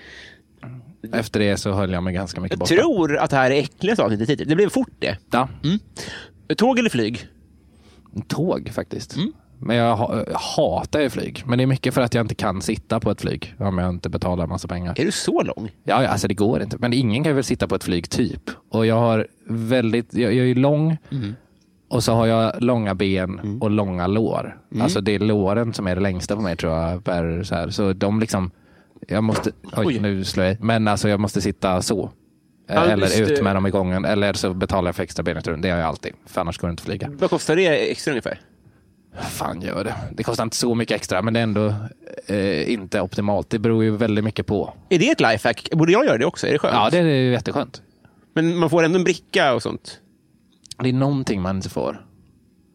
Efter det så höll jag mig ganska mycket borta.
Jag tror att det här är äckligt avsnitt tidigt. Det blev fort det.
Ja.
Tåg eller flyg?
Tåg faktiskt. Men jag hatar ju flyg. Men det är mycket för att jag inte kan sitta på ett flyg om jag inte betalar en massa pengar.
Är du så lång?
Ja, alltså det går inte. Men ingen kan väl sitta på ett flyg typ. Och jag har jag är ju lång. Och så har jag långa ben och långa lår. Alltså det är låren som är det längsta på mig, tror jag. Så de liksom... Jag måste... Oj, nu slår jag. Men alltså jag måste sitta så. Eller ut med dem i gången. Eller så betalar jag för extra benet. Det gör jag alltid. För annars går det inte att flyga.
Vad kostar det extra ungefär?
Fan gör det. Det kostar inte så mycket extra. Men det är ändå inte optimalt. Det beror ju väldigt mycket på.
Är det ett lifehack? Borde jag göra det också? Är det skönt?
Ja, det är jätteskönt.
Men man får ändå en bricka och sånt.
Det är någonting man inte får.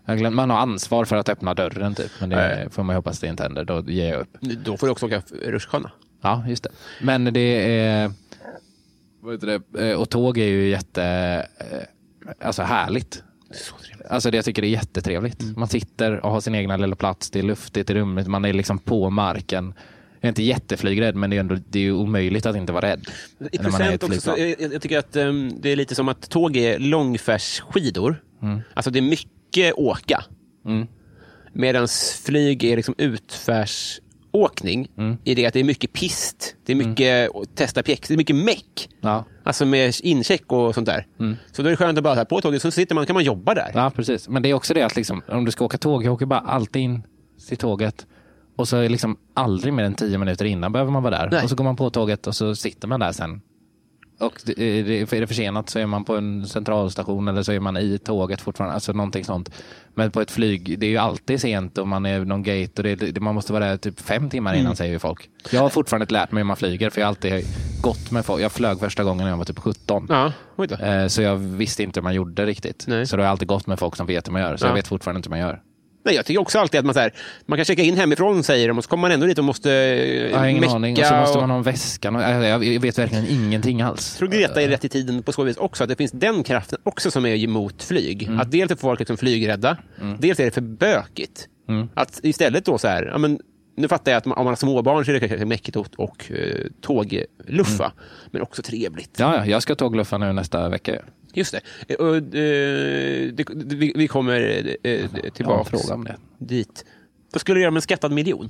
Man har ansvar för att öppna dörren typ. Men det får man hoppas det inte händer. Då ger jag upp.
Då får du också åka rutschkana.
Ja, just det. Men det är... Vad heter det? Och tåg är ju alltså härligt. Alltså jag tycker det är jättetrevligt. Man sitter och har sin egna lilla plats. Det är luftigt i rummet. Man är liksom på marken. Jag är inte jätteflygrädd, men det är ju omöjligt att inte vara rädd.
I procent också, så jag tycker att det är lite som att tåg är långfärdsskidor. Alltså det är mycket åka. Medan flyg är liksom utfärsåkning. I det att det är mycket pist. Det är mycket testa pjäx. Det är mycket meck. Ja. Alltså med incheck och sånt där. Så då är det skönt att bara på tåget så sitter man, kan man jobba där.
Ja, precis. Men det är också det att liksom, om du ska åka tåg, jag åker bara alltid in till tåget. Och så är liksom aldrig mer än 10 minuter innan behöver man vara där. Nej. Och så går man på tåget och så sitter man där sen. Och är det försenat så är man på en centralstation eller så är man i tåget fortfarande. Alltså någonting sånt. Men på ett flyg, det är ju alltid sent och man är någon gate och man måste vara där typ 5 timmar innan, säger ju folk. Jag har fortfarande inte lärt mig hur man flyger för jag har alltid gått med folk. Jag flög första gången när jag var typ 17. Ja, så jag visste inte hur man gjorde riktigt. Nej. Så då har jag alltid gått med folk som vet hur man gör. Så jag vet fortfarande inte hur man gör.
Nej, jag tycker också alltid att man kan checka in hemifrån, säger de, och så kommer man ändå dit och måste
jag har ingen aning. Och så måste man ha en väska. Jag vet verkligen ingenting alls.
Jag tror Greta är rätt i tiden på så vis också, att det finns den kraften också som är emot flyg. Att dels är folk liksom flygrädda, dels är det för bökigt. Att istället då så här, ja, men nu fattar jag att om man har småbarn så är det kanske mäckigt och tågluffa, men också trevligt.
Ja, jag ska tågluffa nu nästa vecka.
Just det. Vi kommer tillbaka
om det.
Dit. Vad skulle du göra med en skattad miljon?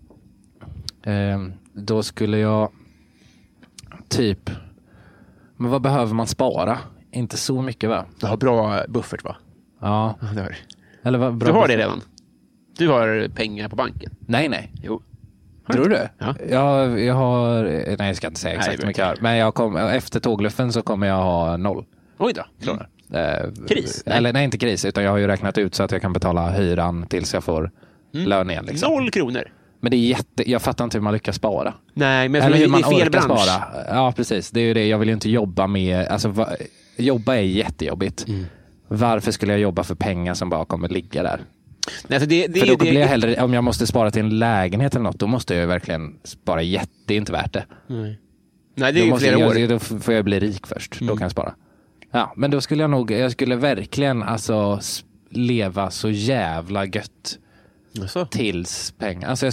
Då skulle jag typ... Men vad behöver man spara? Inte så mycket, va?
Du har bra buffert, va?
Ja.
Det har du.
Eller bra
du har buffert. Det redan? Du har pengar på banken?
Nej.
Jo.
Tror du?
Ja.
Jag har... Nej, jag ska inte säga exakt hur mycket jag har. Men efter tågluffen så kommer jag ha 0.
Oj då, kronor. Kris?
Nej, inte kris, utan jag har ju räknat ut så att jag kan betala hyran tills jag får lön igen. Liksom.
0 kronor?
Men det är jag fattar inte hur man lyckas spara.
Nej, men
eller hur man
det är fel bransch.
Spara. Ja, precis. Det är ju det. Jag vill ju inte jobba med... Alltså, jobba är jättejobbigt. Varför skulle jag jobba för pengar som bara kommer ligga där?
Nej, alltså
för då blir jag hellre... Om jag måste spara till en lägenhet eller något, då måste jag verkligen spara Det är inte värt det.
Nej, det är ju flera år.
Då får jag bli rik först. Då kan jag spara. Ja, men då skulle jag skulle verkligen alltså leva så jävla gött tills pengar. Alltså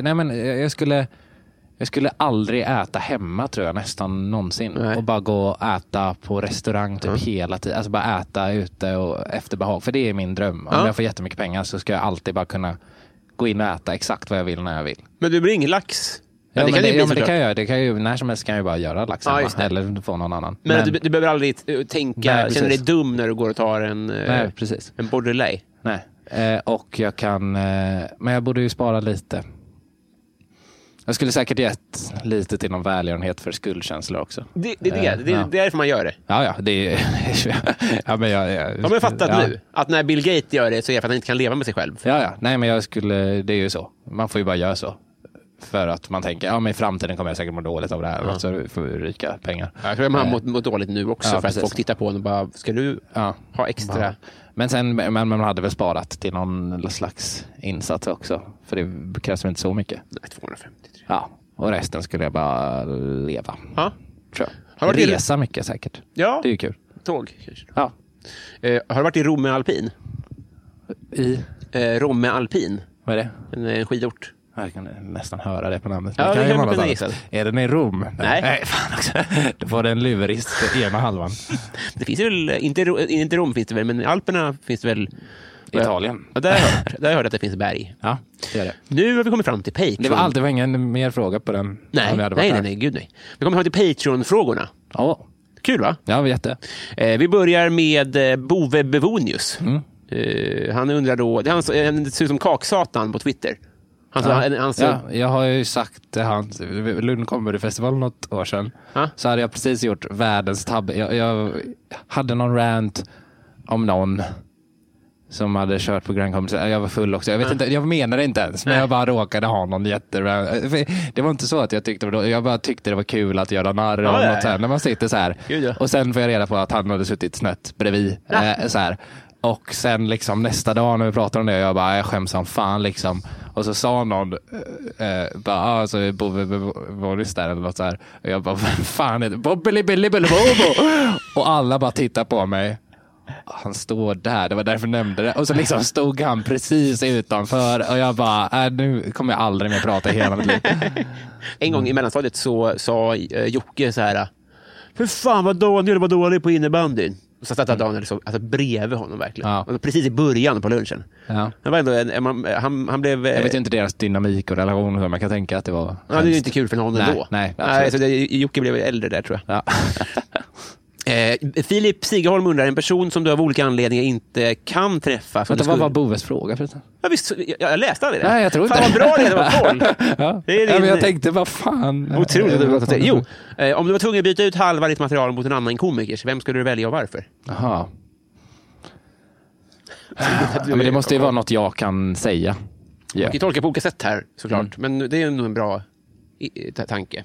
jag skulle aldrig äta hemma, tror jag, nästan någonsin. Nej. Och bara gå och äta på restaurang typ hela tiden. Alltså bara äta ute och efter behag. För det är min dröm. Om jag får jättemycket pengar så ska jag alltid bara kunna gå in och äta exakt vad jag vill när jag vill.
Men du blir ingen lax?
Ja, men det kan jag göra. Det kan ju, när som helst kan jag bara göra lax eller få någon annan.
Men du behöver aldrig tänka, känna dig dum när du går och tar en borderlay.
Nej, och jag kan... Men jag borde ju spara lite. Jag skulle säkert gett lite till någon välgörenhet för skuldkänslor också. Det är
därför man gör det.
Ja, det är... ja, men
har man fattat nu att när Bill Gates gör det så är det för att han inte kan leva med sig själv?
Ja. Nej, men det är ju så. Man får ju bara göra så. För att man tänker, men i framtiden kommer jag säkert må dåligt av det här. Så får vi ryka pengar.
Jag tror att man har mått dåligt nu också. För att folk tittar på en och bara, ska du ha extra? Ja.
Men sen, man hade väl sparat till någon slags insats också. För det krävs väl inte så mycket.
Nej, 250.
Ja, och resten skulle jag bara leva.
Ja.
Tror jag. Har du resa mycket säkert.
Ja.
Det är ju kul.
Tåg kanske.
Ja.
Har du varit i Romme Alpin?
I?
Romme Alpin.
Vad är det?
En skidort.
Jag kan nästan höra det på namnet.
Ja, det kan man kunna gissa.
Är den i Rom?
Nej,
fan också. Då får den luverist ena halvan.
Det finns väl, inte Rom finns det väl, men i Alperna finns det väl...
Italien.
Ja, där har jag hört att det finns berg.
Ja, det är det.
Nu har vi kommit fram till Patreon.
Det var ingen mer fråga på den.
Nej, gud nej. Vi kommer fram till Patreon-frågorna.
Ja.
Kul, va?
Ja, jätte.
Vi börjar med Bove Bevonius. Han undrar då, han ser ut som kaksatan på Twitter.
Jag har ju sagt till Lund Comedy-festival något år sedan. Så hade jag precis gjort världens tabbe. Jag hade någon rant om någon som hade kört på Grand Comedy. Jag var full också. Jag vet inte, jag menar det inte ens. Men jag bara råkade ha någon det var inte så att jag tyckte det var, jag bara tyckte det var kul att göra narr av något så här, när man sitter så här. Och sen får jag reda på att han hade suttit snett bredvid så här. Och sen liksom nästa dag när vi pratade om det, jag bara, jag skäms som fan liksom. Och så sa någon bara, alltså Boris där eller något så här. Och jag bara, vem fan är det? Bobo. Och alla bara tittar på mig. Han står där, det var därför jag nämnde det. Och så liksom stod han precis utanför. Och jag bara, nu kommer jag aldrig mer prata i hela mitt liv.
En gång i mellanstadiet så sa Jocke så här: för fan vad Daniel var dålig på innebandyn. Och så satt Daniel så, alltså, bredvid honom verkligen. Ja. Precis i början på lunchen. Ja. Det var ändå, han blev...
Jag vet inte deras dynamik och relation. Men man kan tänka att det var...
Ja, det är inte kul för någon ändå.
Nej,
så Jocke blev äldre där, tror jag. Ja. Filip Sigerholm undrar, en person som du av olika anledningar inte kan träffa.
Vad var Boves fråga förresten?
Ja, visst, jag läste aldrig det.
Nej, jag tror inte.
Fan vad bra det var koll.
Ja. Det är din... men jag tänkte, vad fan.
Otroligt. Jo, om du var tvungen att byta ut halva ditt material mot en annan komiker, vem skulle du välja och varför?
Jaha. Men det måste ju vara något jag kan säga.
Man kan tolka på olika sätt här, såklart. Men det är nog en bra tanke.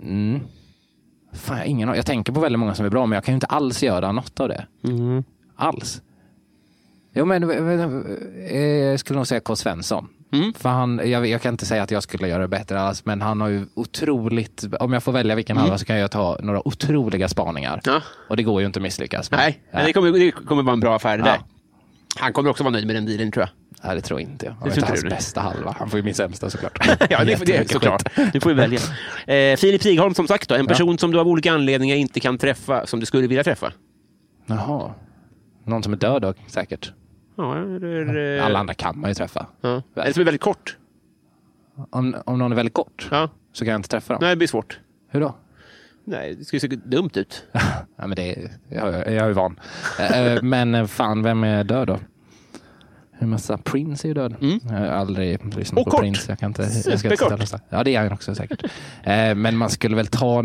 Fan, jag tänker på väldigt många som är bra, men jag kan ju inte alls göra något av det. Alls. Jo, men jag skulle nog säga K. Svensson. För jag kan inte säga att jag skulle göra det bättre alls, men han har ju otroligt, om jag får välja vilken halva så kan jag ta några otroliga spaningar. Ja. Och det går ju inte att misslyckas med.
Nej, men det kommer vara en bra affär det där. Han kommer också vara nöjd med den dealen, tror jag.
Nej, det tror jag inte. Det är inte hans bästa halva. Han får ju min sämsta såklart.
Ja, det är såklart. Du får ju välja. Filip Sigholm, som sagt då. En person som du av olika anledningar inte kan träffa, som du skulle vilja träffa.
Jaha. Någon som är död då, säkert.
Ja,
alla andra kan man ju träffa.
Ja. Eller som är väldigt kort.
Om någon är väldigt kort så kan jag inte träffa dem.
Nej, det blir svårt.
Hur då?
Nej, det skulle se dumt ut.
Ja, men jag är ju van. Men fan, vem är död då? En massa Prince är ju död. Jag har aldrig lyssnat på
kort.
Prince. Jag kan inte. Ja, det är han också säkert. Men man skulle väl ta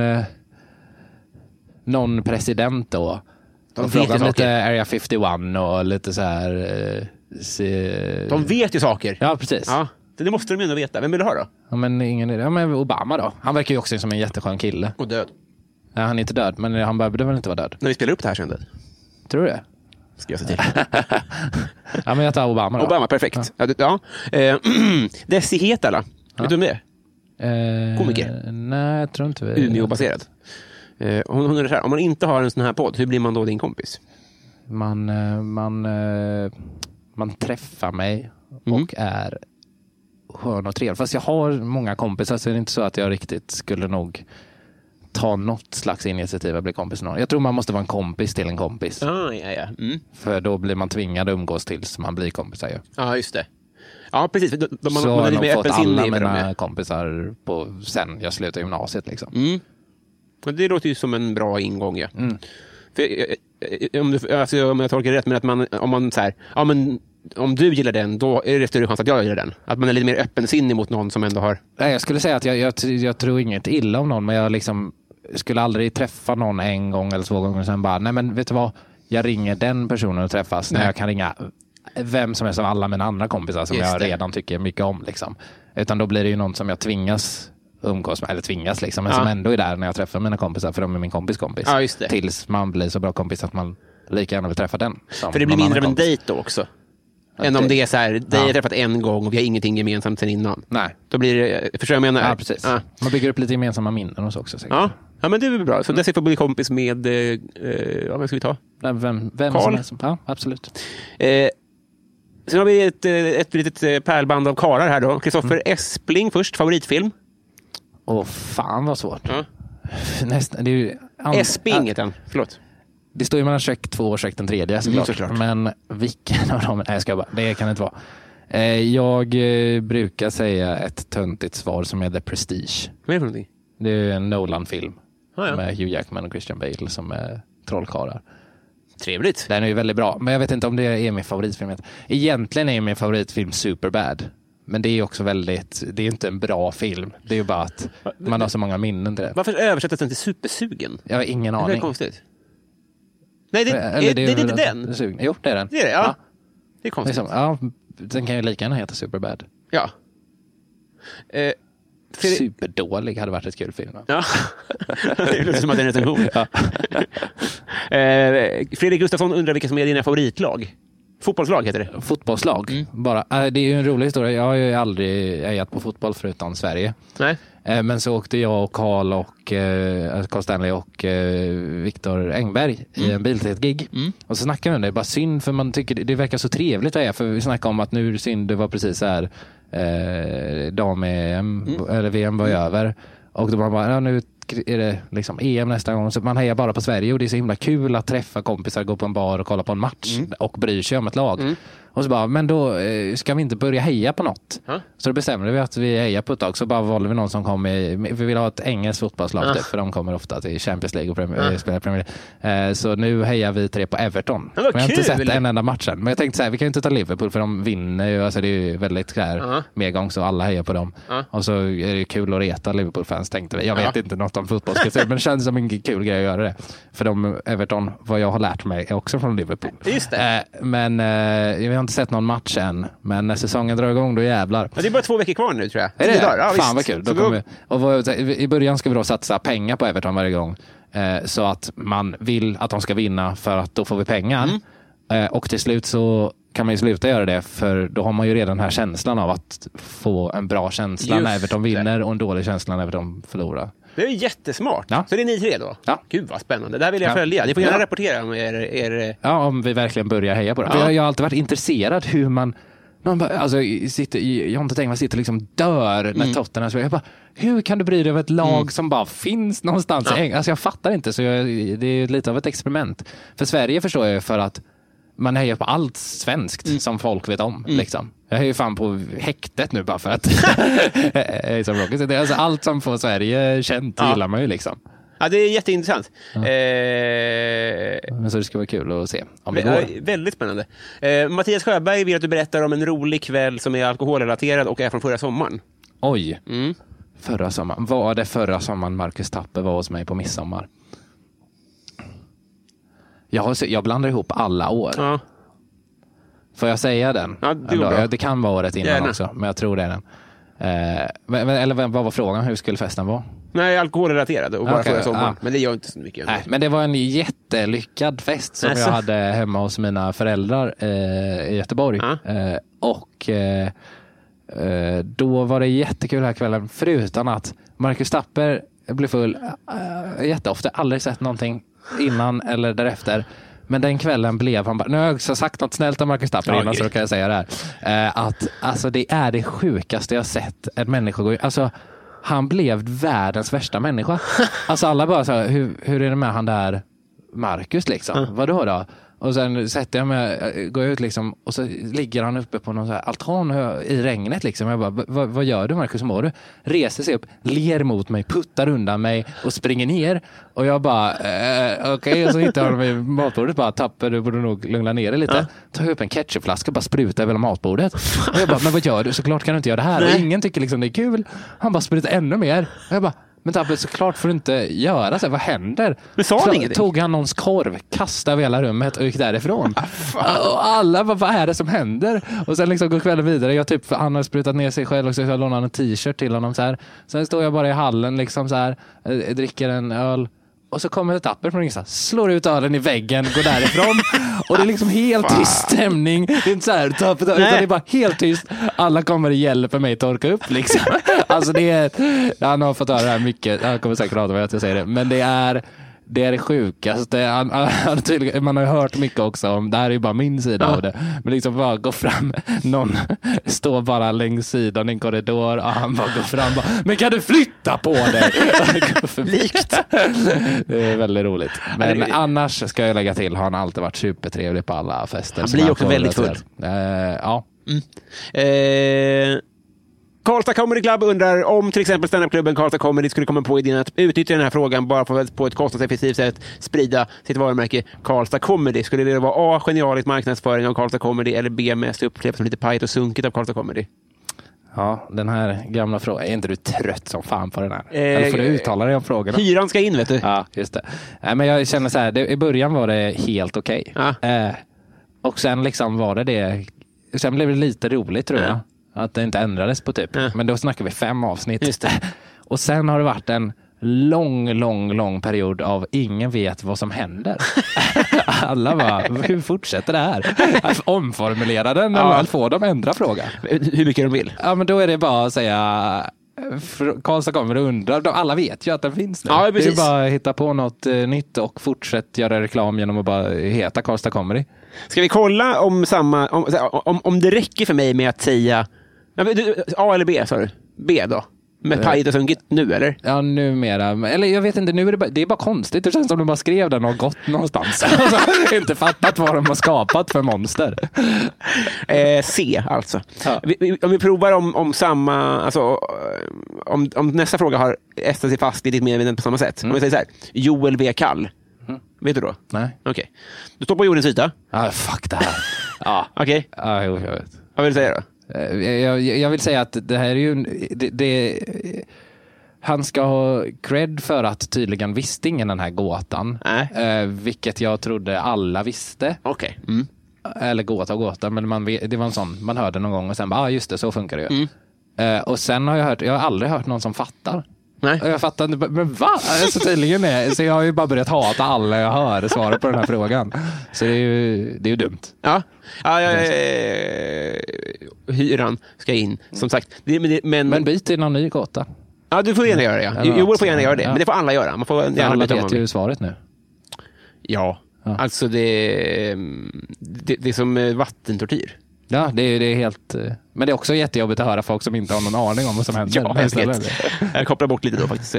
någon president då. De frågar lite Area 51 och lite så här.
De vet ju saker.
Ja, precis.
Ja, det måste de ändå veta. Vem vill du ha då?
Ja, men ingen idé. Ja, men Obama då. Han verkar ju också som en jätteskön kille.
Och död.
Ja, han är inte död, men han behöver väl inte vara död.
När vi spelar upp det här sen död.
Tror du det?
Ska jag se till.
Ja, men jag tar Obama då.
Obama, perfekt. Ja. Desi Hetala. Vet du om det? Komiker?
Nej, jag tror inte.
Umeå-baserad. Hon undrar så här, om man inte har en sån här podd, hur blir man då din kompis?
Man träffar mig och är skön och trevlig. Fast jag har många kompisar, så det är inte så att jag riktigt skulle nog ta något slags initiativ att bli kompis med någon. Jag tror man måste vara en kompis till en kompis. För då blir man tvingad att umgås tills man blir kompisar ju.
Ja, just det. Ja, precis.
Så man är lite mer öppen sinne. Alla mina kompisar sen jag slutade gymnasiet liksom.
Det låter ju som en bra ingång, ja. För, om jag tolkar det rätt, men att om man så här, ja, men om du gillar den, då är det större chans att jag gillar den. Att man är lite mer öppensinnig mot någon som ändå har...
Nej, jag skulle säga att jag tror inget illa om någon, men jag liksom skulle aldrig träffa någon en gång eller 2 gånger och sen bara, nej men vet du vad, jag ringer den personen och träffas när jag kan ringa vem som är som alla mina andra kompisar som jag redan tycker mycket om liksom. Utan då blir det ju någon som jag tvingas umgås med, eller tvingas liksom, men som ändå är där när jag träffar mina kompisar, för de är min kompis. Ja, just det. Tills man blir så bra kompis att man lika gärna vill träffa den.
För det blir mindre av en dejt då också. Än om det är så här, det har träffat en gång och vi har ingenting gemensamt sen innan. Nej. Då blir det, förstår jag menar?
Ja, precis. Ja. Man bygger upp lite gemensamma minnen hos också säkert.
Ja, men det är bra. Så dess får bli kompis med, vem ska vi ta?
Vem
Carl?
som ja, absolut.
Sen har vi ett litet pärlband av karar här då. Kristoffer Espling först, favoritfilm.
Fan vad svårt. Nästan, det är ju
Esping heter han, förlåt.
Det står ju mellan Shrek 2 och Shrek den 3 såklart. Men vilken av dem? Nej, jag ska bara, det kan det inte vara. Jag brukar säga ett töntigt svar som är The Prestige.
Vad är det för någonting?
Det är en Nolan-film med Hugh Jackman och Christian Bale som är trollkarlar.
Trevligt.
Den är ju väldigt bra, men jag vet inte om det är min favoritfilm. Egentligen är min favoritfilm Superbad. Men det är också väldigt, det är inte en bra film. Det är ju bara att man har så många minnen till det.
Varför översätts den till Supersugen?
Jag har ingen aning.
Det är konstigt. Nej, det är inte den.
Jo, det är den.
Det är det, ja. Det är konstigt.
Den kan ju lika gärna heta Superbad.
Ja.
Superdålig hade varit ett kul film.
Ja. Det låter som att det är en recension. Fredrik Gustafsson undrar vilka som är dina favoritlag. Fotbollslag heter det.
Fotbollslag. Bara, det är ju en rolig historia. Jag har ju aldrig ejat på fotboll förutom Sverige.
Nej.
Men så åkte jag och Carl Stanley och Viktor Engberg i en biltid-gig. Och så snackade vi om det. Det är bara synd, för man tycker det verkar så trevligt att är. För vi snackade om att nu är det synd, det var precis så här dam-EM eller VM var över. Och då bara, nu är det liksom EM nästa gång, så man hejar bara på Sverige och det är så himla kul att träffa kompisar, gå på en bar och kolla på en match och bry sig om ett lag. Och så bara, men då ska vi inte börja heja på något. Så då bestämde vi att vi hejar på ett tag, så bara valde vi någon som kom vi vill ha ett engelskt fotbollslag för de kommer ofta till Champions League och spelar Premier League. Så nu hejar vi 3 på Everton. Men jag har inte sett en enda matchen. Men jag tänkte så här, vi kan ju inte ta Liverpool för de vinner ju, alltså det är ju väldigt medgång, så alla hejar på dem. Och så är det kul att reta Liverpool-fans, tänkte vi. Jag vet inte något om fotboll, men det känns som en kul grej att göra det. För Everton, vad jag har lärt mig, är också från Liverpool. Just det. Men jag har inte sett någon match än, men när säsongen drar igång då jävlar.
Ja, det är bara 2 veckor kvar nu, tror jag.
Är det?
Ja,
fan vad kul. I början ska vi då satsa pengar på Everton varje gång, så att man vill att de ska vinna, för att då får vi pengar. Och till slut så kan man ju sluta göra det, för då har man ju redan den här känslan av att få en bra känsla när Everton vinner och en dålig känsla när Everton förlorar. Det
är jättesmart. Ja. Så det är ni 3 då?
Ja.
Gud vad spännande. Det här vill jag följa. Ni får gärna rapportera om er...
Ja, om vi verkligen börjar heja på det. Jag har alltid varit intresserad hur man bara, alltså, jag har inte tänkt, man sitter liksom dör när Tottenham så jag bara, hur kan du bry dig av ett lag som bara finns någonstans? Alltså jag fattar inte, så det är lite av ett experiment. För Sverige förstår jag, för att man hejar på allt svenskt som folk vet om. Liksom. Jag är ju fan på häktet nu bara för att alltså, allt som får Sverige känt gillar man ju liksom.
Ja, det är jätteintressant.
Men så det ska vara kul att se om det går.
Väldigt spännande. Mattias Sjöberg vill att du berättar om en rolig kväll som är alkoholrelaterad och är från förra sommaren.
Oj. Förra sommaren. Var det förra sommaren Marcus Tapper var hos mig på midsommar? Jag blandar ihop alla år. Ja. Får jag säga den?
Ja,
det kan vara året innan också, men jag tror det är den. Eller vad var frågan? Hur skulle festen vara?
Nej, alkoholrelaterad och bara förra sommaren. Men det gör inte så mycket.
Nej, men det var en jättelyckad fest som jag hade hemma hos mina föräldrar i Göteborg. Och då var det jättekul här kvällen, förutom att Marcus Tapper blev full jätteofta. Aldrig sett någonting innan eller därefter. Men den kvällen blev han bara, nu har jag också sagt något snällt om Marcus Tapper innan, så då kan jag säga det här. Att alltså, det är det sjukaste jag sett en människa gå. Alltså, han blev världens värsta människa. Alltså alla bara så här, hur är det med han där Marcus liksom? Vadå då? Och sen sätter jag mig, går ut liksom, och så ligger han uppe på någon så här altan i regnet liksom. Jag bara, vad gör du Marcus, mår du? Reser sig upp, ler mot mig, puttar undan mig och springer ner. Och jag bara, okej. Och så hittar jag honom i matbordet, bara Tapper, du borde nog lugna ner dig lite. Tar upp en ketchupflaska och bara sprutar över matbordet. Och jag bara, men vad gör du? Såklart kan du inte göra det här. Och ingen tycker liksom det är kul. Han bara sprutar ännu mer. Och jag bara, men Tapper, såklart får du inte göra så. Vad händer?
Men sa han ingenting?
Tog han någons korv, kastade över hela rummet och gick därifrån. Och alla bara, vad är det som händer? Och sen liksom går kvällen vidare. Han har sprutat ner sig själv och så jag lånar en t-shirt till honom så här. Sen står jag bara i hallen liksom så här, dricker en öl. Och så kommer ett Tapper från ingenstans, slår ut ölen i väggen, går därifrån. Och det är liksom helt tyst stämning. Det är inte så här, utan det är bara helt tyst. Alla kommer och hjälper mig att torka upp liksom. Alltså det är, han har fått höra det här mycket. Han kommer säkert rada vad jag säger det. Men det är det sjukaste. Man har ju hört mycket också om, det här är ju bara min sida av det. Men liksom bara gå fram, någon står bara längs sidan i en korridor och han bara går fram och bara, men kan du flytta på dig?
Likt.
Det är väldigt roligt. Men annars ska jag lägga till, har han alltid varit supertrevlig på alla fester.
Han blir också väldigt full.
Ja.
Karlstad Comedy Club undrar om till exempel standupklubben Karlstad Comedy skulle komma på idén att utnyttja den här frågan bara för att på ett kostnadseffektivt sätt sprida sitt varumärke Karlstad Comedy. Skulle det vara A, genialisk marknadsföring av Karlstad Comedy, eller B, mest upplevt som lite pajt och sunkigt av Karlstad Comedy?
Ja, den här gamla frågan. Är inte du trött som fan på den här? Eller får du uttala dig om frågorna?
Hyran ska in, vet du.
Ja, just det. Men jag känner så här, i början var det helt okej. Och sen liksom var det. Sen blev det lite roligt, tror jag. Att det inte ändrades på typ. Men då snackar vi 5 avsnitt.
Just det.
Och sen har det varit en lång period av ingen vet vad som händer. Alla bara, hur fortsätter det här? Omformulera den eller få dem ändra fråga.
Hur mycket de vill.
Ja, men då är det bara att säga Karlstad kommer och undrar. Alla vet ju att den finns nu.
Ja,
det är bara att hitta på något nytt och fortsätta göra reklam genom att bara heta Karlstad Comedy.
Ska vi kolla om det räcker för mig med att säga A eller B, sa du? B då? Med Pajet och Sungit nu, eller?
Ja, numera. Eller jag vet inte, nu är det är bara konstigt. Det känns som de bara skrev den och gått någonstans. Alltså, inte fattat vad de har skapat för monster.
C, alltså.
Ja.
Om vi provar om samma... Alltså, om nästa fråga har ästat sig fast i ditt medvetande på samma sätt. Om vi säger så här, Joel V. Kall. Vet du då?
Nej.
Okej. Du står på jordens yta.
Fuck det här. Ja.
Okej.
Ja, jag vet.
Vad vill du säga då?
Jag vill säga att det här är ju han ska ha cred för att tydligen visste ingen den här gåtan. Vilket jag trodde alla visste.
Okej.
Eller gåta, men det var en sån man hörde någon gång och sen bara, just det, så funkar det ju. Och sen har jag har aldrig hört någon som fattar.
Nej.
Och jag fattar inte, men va? Så tydligen så jag har ju bara börjat hata alla jag hör svara på den här frågan. Så det är ju dumt.
Ja. Hyran ska in, som sagt. Men
byt till någon ny gåta.
Ja, du får gärna göra det. Ja. Joel får gärna göra det, men det får alla göra. Man får gärna
alla vet ju svaret nu.
Ja, alltså det är som vattentortyr.
Ja, det är helt... Men det är också jättejobbigt att höra folk som inte har någon aning om vad som händer.
Ja, jag vet. Jag kopplar bort lite då faktiskt.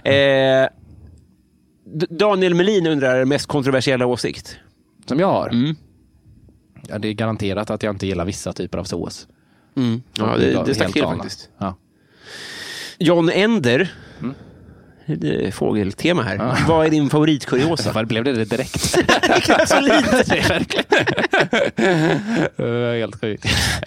Daniel Melin undrar mest kontroversiella åsikt.
Som jag har? Ja, det är garanterat att jag inte gillar vissa typer av sås.
Ja, det stack till faktiskt.
Ja.
John Ender. Det är fågeltema här. Vad är din favoritkuriosa?
Varför blev det direkt?
Det är så lite.
Det är verkligen. Det är helt sjukt.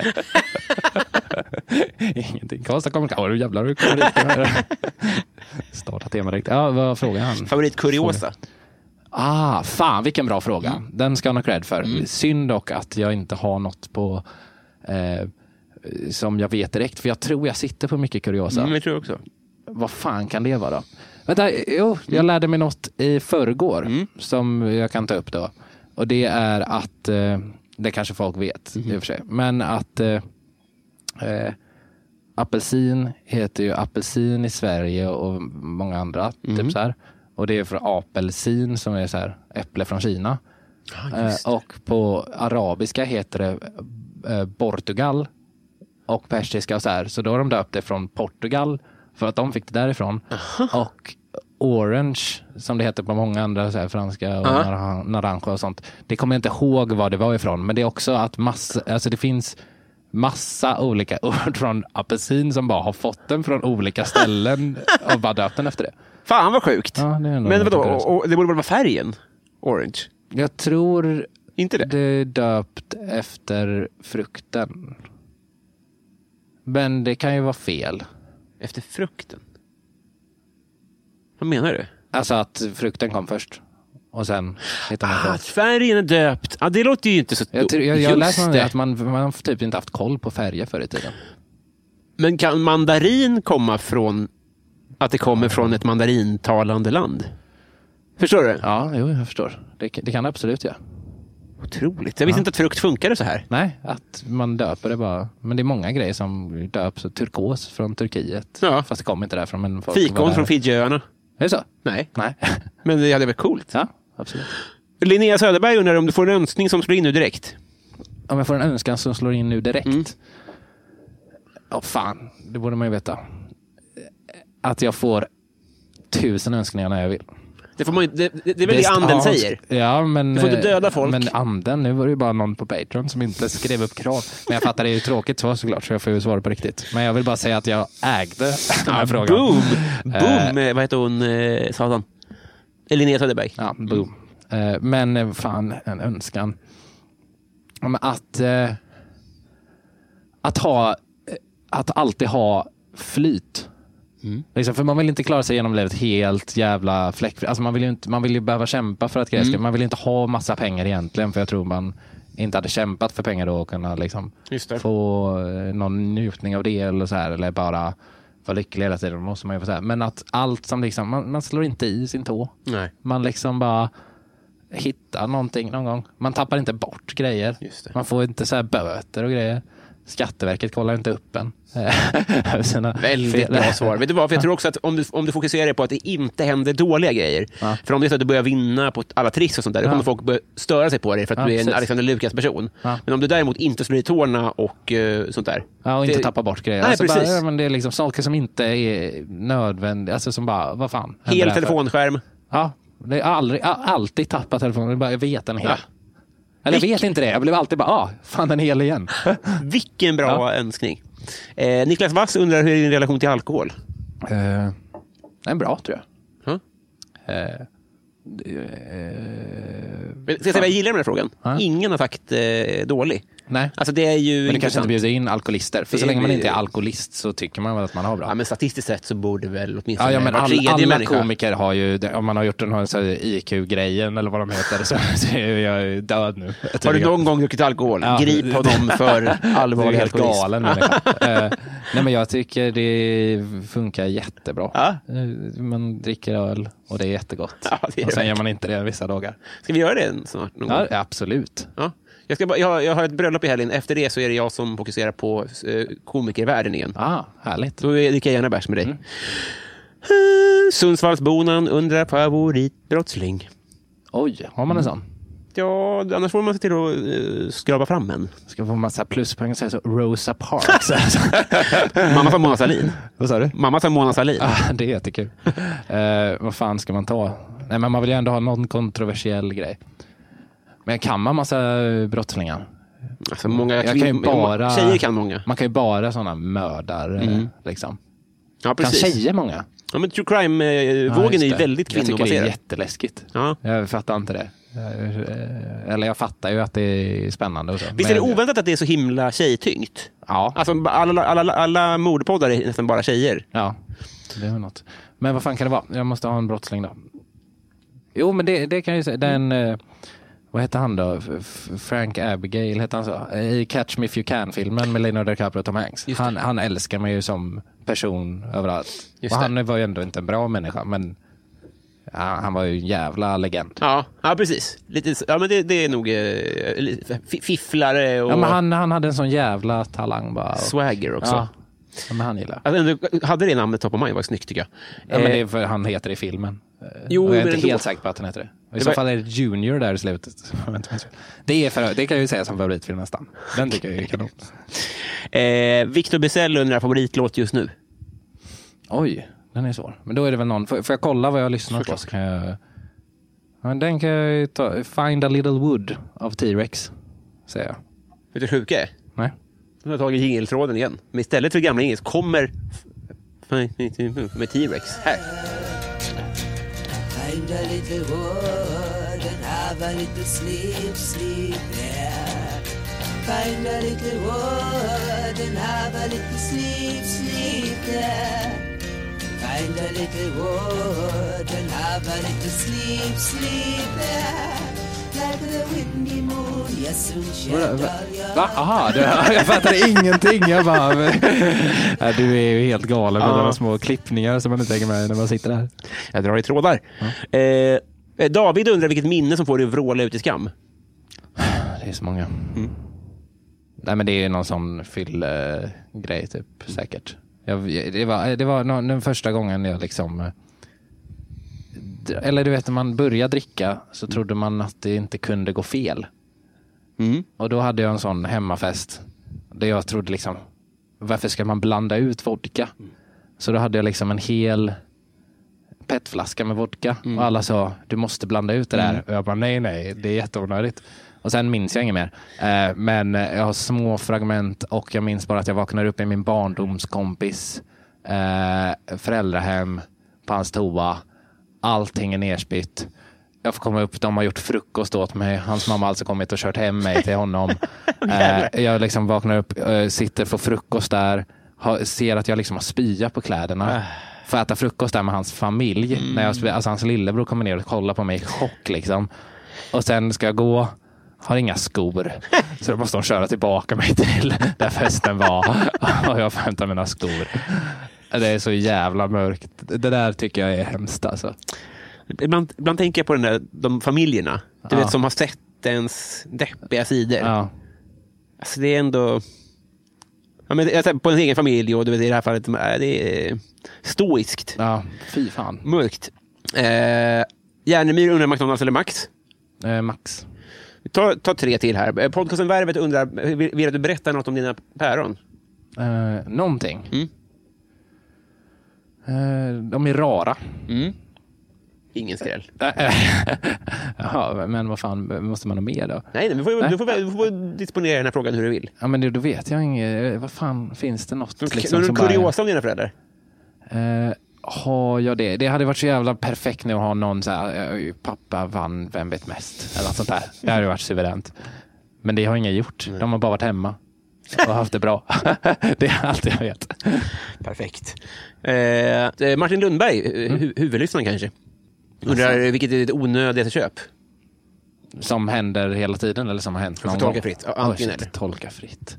Ingenting. Karlstad kommer. Du jävlar, du kommer dit. Starta tema direkt. Ja, vad frågar han?
Favoritkuriosa?
Fan, vilken bra fråga. Den ska jag ha cred för. Synd dock att jag inte har något på som jag vet direkt. För jag tror jag sitter på mycket kuriosa.
Jag tror också.
Vad fan kan det vara? Vänta, jag lärde mig något i förrgår som jag kan ta upp då. Och det är att, det kanske folk vet i och för sig, men att apelsin heter ju apelsin i Sverige och många andra, typ så här. Och det är för apelsin som är så här äpple från Kina. Och på arabiska heter det Portugal och persiska och så här. Så då har de döpt det från Portugal för att de fick det därifrån. Och orange, som det heter på många andra så här, franska och naranja och sånt. Det kommer jag inte ihåg vad det var ifrån. Men det är också att det finns massa olika ord från apelsin som bara har fått den från olika ställen och bara döpt den efter det.
Fan vad sjukt.
Ja,
men vadå? Och det borde väl vara färgen? Orange?
Jag tror
inte det
är döpt efter frukten. Men det kan ju vara fel.
Efter frukten? Vad menar du?
Alltså att frukten kom först. Och sen hittar man
att färgen är döpt. Ja, det låter ju inte så...
Jag läste att man typ inte haft koll på färger förr i tiden. Men
kan mandarin komma från att det kommer från ett mandarintalande land? Förstår du?
Ja, jag förstår. Det kan absolut göra.
Otroligt. Jag visste inte att frukt funkade så här.
Nej, att man döper det bara. Men det är många grejer som döps. Turkos från Turkiet.
Ja.
Fast det kommer inte därifrån. Men
fikon från Fidjöarna.
Är det så?
Nej. Men det hade varit coolt.
Ja, absolut.
Linnea Söderberg undrar om du får en önskning som slår in nu direkt.
Om jag får en önskan som slår in nu direkt? Fan, det borde man ju veta. Att jag får 1000 önskningar när jag vill. Det får man det är väl det anden säger. Ja, men du får inte döda folk. Men anden, nu var det ju bara någon på Patreon som inte skrev upp krav. Men jag fattar, det är ju tråkigt så såklart, så jag får ju svara på riktigt. Men jag vill bara säga att jag ägde den här frågan. Boom! Vad heter hon, satan? Linnea Söderberg. Ja, boom. Men fan, en önskan. Att alltid ha flyt. Liksom, för man vill inte klara sig genom livet helt jävla fläckfritt. Alltså man vill ju behöva kämpa för att grejer ska. Man vill inte ha massa pengar egentligen, för jag tror man inte hade kämpat för pengar då och kunna liksom få någon njutning av det eller så här, eller bara vara lycklig hela tiden, måste man ju få säga. Men att allt som liksom man slår inte i sin tå. Nej. Man liksom bara hitta någonting någon gång. Man tappar inte bort grejer.
Just det.
Man får inte så här böter och grejer. Skatteverket kollar inte upp en.
Väldigt bra svar. Vet du vad? För jag tror också att om du fokuserar på att det inte händer dåliga grejer. Ja. För om det är så att du börjar vinna på alla tricks och sånt där, då kommer folk börja störa sig på dig för att du är en Alexander Lukas-person. Ja. Men om du däremot inte slår i tårna och sånt där.
Ja, och inte tappar bort grejer.
Nej,
alltså
precis.
Bara, men det är liksom saker som inte är nödvändiga. Alltså som bara, vad fan.
Hel telefonskärm.
Ja, jag har alltid tappat telefonen. Jag vet den hel. Ja. Eller jag vet inte det. Jag blev alltid bara, fan den är hel igen.
Vilken bra önskning. Niklas Wass undrar hur är din relation till alkohol?
Den är bra, tror jag.
Ska jag säga vad jag gillar med den här frågan? Ingen har sagt dålig.
Nej.
Alltså det är ju
men det kanske inte bjuder in alkoholister. För så länge man inte är alkoholist så tycker man väl att man har bra.
Ja, men statistiskt sett så borde väl åtminstone
men
var tredje
alla
människa.
komiker har ju, om man har gjort den här IQ-grejen eller vad de heter, så är jag död nu.
Har du någon gång druckit alkohol? Ja. Grip på dem för allvarlig
helt galen. Nej, men jag tycker det funkar jättebra. Ja. Man dricker öl och det är jättegott. Ja, det är och sen gör man inte det vissa dagar.
Ska vi göra det snart? Någon gång?
Absolut.
Ja. Jag har ett bröllop i helgen. Efter det så är det jag som fokuserar på komikervärlden igen.
Härligt.
Då dricker jag gärna bärs med dig. Sundsvallsbonan undrar favoritbrottsling.
Oj, har man en sån?
Ja, annars får man se till att skrapa fram en.
Ska få massa pluspoäng och säga så Rosa Parks.
Mamma tar Mona Sahlin.
Vad sa du?
Mamma tar Mona Sahlin.
Det är jättekul. Vad fan ska man ta? Nej, men man vill ju ändå ha någon kontroversiell grej. Men kan man massa brottslingar?
Alltså många tjejer kan många.
Man kan ju bara sådana mördare liksom.
Ja, precis.
Kan tjejer många?
Ja, men true crime-vågen är ju väldigt kvinnobaserad.
Jag tycker det är jätteläskigt. Ja. Jag fattar inte det. Eller jag fattar ju att det är spännande. Och så.
Visst är det oväntat att det är så himla tjejtyngt?
Ja.
Alltså alla mordpoddar är nästan bara tjejer.
Ja, det är något. Men vad fan kan det vara? Jag måste ha en brottsling då. Jo, men det kan jag ju säga. Den... Vad heter han då? Frank Abigail heter han så. I Catch Me If You Can-filmen med Leonardo DiCaprio och Tom Hanks. Han älskar mig ju som person överallt. Och han var ju ändå inte en bra människa, men han var ju en jävla legend.
Ja precis. Lite, men det är nog fifflare. Och... Ja,
men han hade en sån jävla talang bara.
Swagger också.
Ja, men han gillar.
Alltså, hade det namnet top of mind var snyggt tycker jag.
Ja, men det är för han heter i filmen.
Jo,
jag är inte helt säker på att han heter det. I så fall är det Junior där i slutet. Det kan jag ju säga som favoritfilm nästan. Den tycker jag är kanon.
Victor Bessell undrar favoritlåt just nu.
Oj, den är svår. Men då är det väl någon... Får jag kolla vad jag lyssnar på? Så kan jag... Men den kan jag ju ta... Find a Little Wood av T-Rex, säger jag.
Vet du sjuka är?
Nej.
Nu har jag tagit jingeltråden igen. Men istället för gamla jingel kommer med T-Rex. Här. Find a little wood and have a little sleep there. Find a little wood and have a little sleep there. Find a little wood and have a little sleep there. Like the windy moon, yes, soon shall
Va? Aha, jag fattar ingenting. Jag bara... Du är ju helt galen med de små klippningar som man inte tänker med när man sitter där.
Jag drar i trådar. David undrar vilket minne som får dig att vråla ut i skam.
Det är så många. Nej, men det är någon sån fyll-grej typ, säkert. Det var den första gången jag liksom... Eller du vet, när man började dricka så trodde man att det inte kunde gå fel. Och då hade jag en sån hemmafest där jag trodde liksom, varför ska man blanda ut vodka? Så då hade jag liksom en hel petflaska med vodka och alla sa, du måste blanda ut det där. Och jag bara, nej, det är jätteonödigt. Och sen minns jag inget mer. Men jag har små fragment och jag minns bara att jag vaknar upp i min barndomskompis föräldrahem på hans toa. Allting är nerspytt. Jag får komma upp, de har gjort frukost åt mig. Hans mamma har alltså kommit och kört hem mig till honom. Jag liksom vaknar upp, sitter för frukost där. Ser att jag liksom har spyat på kläderna. Får äta frukost där med hans familj. När alltså hans lillebror kommer ner och kollar på mig i chock liksom. Och sen ska jag gå, har inga skor. Så då måste de köra tillbaka mig till där festen var. Och jag får hämta mina skor. Det är så jävla mörkt. Det där tycker jag är hemskt alltså.
Ibland tänker jag på de familjerna du vet, som har sett ens deppiga sidor.
Ja.
Alltså det är ändå... Ja, men, på en egen familj och du vet, i det här fallet det är stoiskt.
Ja, fy fan.
Mörkt. Järnemyr undrar McDonalds eller Max?
Max.
Ta 3 till här. Podcasten Värvet undrar, vill att du berättar något om dina päron?
Någonting. De är rara.
Ingen skräll.
Jaha, men vad fan, måste man ha mer då?
Nej, du får disponera den här frågan hur du vill.
Ja, men då vet jag inget. Vad fan, finns det något?
Liksom, någon kuriosa om dina föräldrar?
Har jag det? Det hade varit så jävla perfekt nu att ha någon så här, pappa vann Vem vet mest? Eller något sånt där. Det hade varit suveränt. Men det har ingen gjort. De har bara varit hemma. Och haft det bra. Det är allt jag vet.
Perfekt. Martin Lundberg, huvudlyssnaren kanske. Undrar vilket är ett onödigt köp?
Som händer hela tiden eller som har hänt någon gång?
Tolka fritt. Ja, antingen eller.
Tolka fritt.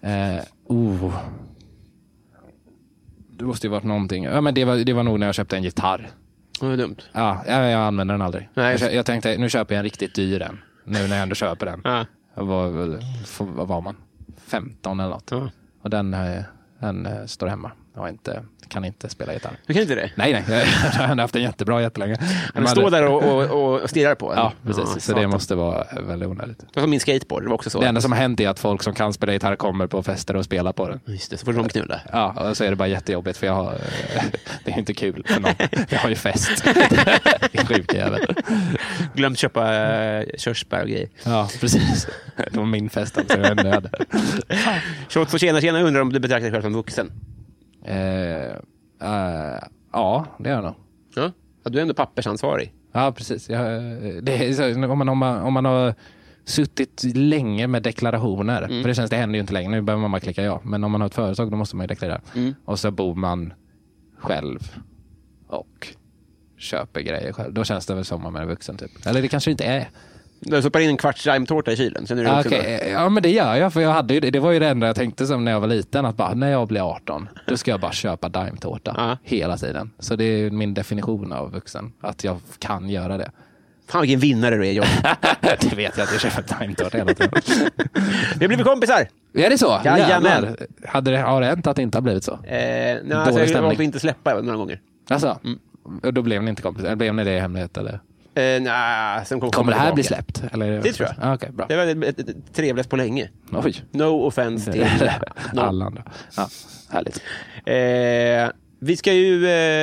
Det måste ju varit någonting. Ja, men det var nog när jag köpte en gitarr.
Det var dumt.
Ja, jag använder den aldrig.
Nej.
Jag tänkte, nu köper jag en riktigt dyr en. Nu när jag ändå köper den.
Ja.
Vad var man? 15 eller något.
Ja.
Och den står hemma. Jag kan inte spela gitarr.
Du kan inte det?
Nej. Jag har haft den jättelänge.
Den står där och stirrar på den.
Ja, precis. Så det måste vara väldigt onödigt.
Det var som min skateboard, det var också så.
Det enda som har hänt är att folk som kan spela gitarr kommer på fester och spelar på den.
Just det, så får de knulla.
Ja, och så är det bara jättejobbigt för det är inte kul för någon. Jag har ju fest. Det är sjukt jävel.
Glömt köpa körsbär och grejer.
Ja, precis. Det var min fest också. Jag nöd.
Shots och tjena undrar om du betraktar dig själv som vuxen.
Ja, det är jag nog.
Ja, du är ändå pappersansvarig.
Ja, precis. Det är så, om man har suttit länge med deklarationer, för det händer ju inte längre, nu behöver man bara klicka ja, men om man har ett företag då måste man ju deklarera. Och så bor man själv och köper grejer själv. Då känns det väl som om man är vuxen typ. Eller det kanske inte är.
Du stoppar in en kvarts daimtårta i kylen. Sen är det
Okay. Ja, men det gör jag. För jag hade ju det var ju det enda jag tänkte som när jag var liten. Att bara, när jag blir 18, då ska jag bara köpa daimtårta hela tiden. Så det är min definition av vuxen. Att jag kan göra det.
Fan vilken vinnare du är, John.
Det vet jag att jag köper daimtårta hela tiden.
Vi har blivit kompisar.
Är det så?
Jajamän.
Har det hänt att det inte har blivit så?
Nej, alltså, jag har valt att inte släppa några gånger.
Alltså, och då blev ni inte kompisar? Eller blev ni det i hemlighet? Eller?
Sen
kommer det här bli släppt? Eller?
Det tror jag.
Okay, bra.
Det var ett trevligt på länge.
Oj.
No offense till
alla andra. Ja, härligt.
Vi ska ju...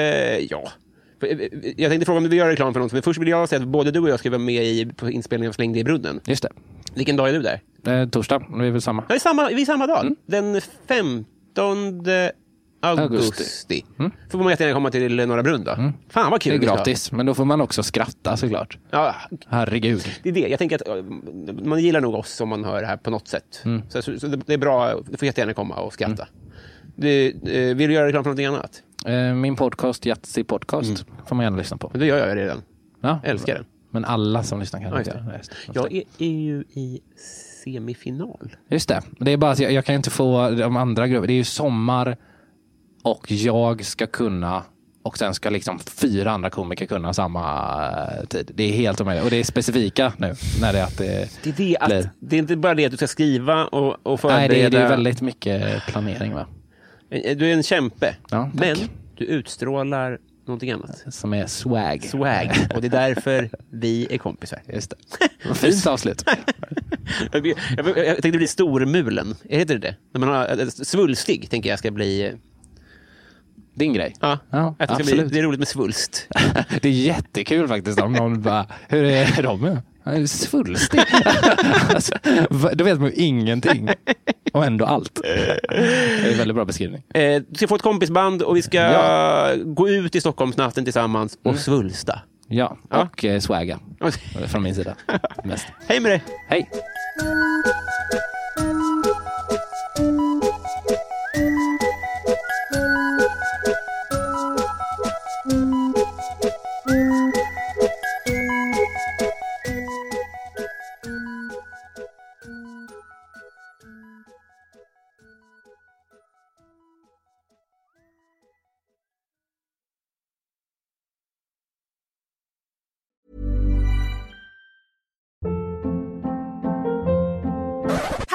Jag tänkte fråga om du vill göra reklam för något. Men först vill jag säga att både du och jag ska vara med på inspelningen av Släng dig i brunnen.
Just det.
Vilken dag är du där?
Torsdag. Vi är väl samma.
Ja, vi är samma dag. Den 15 augusti. Får man jättegärna komma till Norra Brunn då. Fan vad kul.
Det är gratis, men då får man också skratta såklart.
Ja.
Herregud.
Det är det. Jag tänker att man gillar nog oss om man hör det här på något sätt. Så det är bra. Du får jättegärna komma och skratta. Vill du göra reklam för någonting annat?
Min podcast, Yatzy Podcast, får man gärna lyssna på.
Men det gör jag redan.
Ja,
jag älskar den.
Men alla som lyssnar kan inte göra
det. Jag är ju i semifinal.
Just det. Det är bara att jag kan inte få de andra grupperna. Det är ju sommar och jag ska kunna och sen ska liksom 4 andra komiker kunna samma tid. Det är helt omöjligt. Och det är specifika nu när det är att
det är inte bara det att du ska skriva och förbereda.
Nej, det är väldigt mycket planering, va?
Du är en kämpe.
Ja,
men du utstrålar någonting annat.
Som är swag.
Och det är därför vi är kompisar.
Just det. Fint avslut.
Jag tänkte bli stormulen. Heter det? När man har svulstig tänker jag ska bli...
Din grej?
Ja,
absolut.
Det är roligt med svulst.
Det är jättekul faktiskt om någon bara, hur är de? Svulstig. Alltså, då vet man ju ingenting. Och ändå allt. Det är en väldigt bra beskrivning.
Du ska få ett kompisband och vi ska gå ut i Stockholmsnatten tillsammans och svulsta.
Ja, och swagga. Från min sida. Mest.
Hej med dig.
Hej.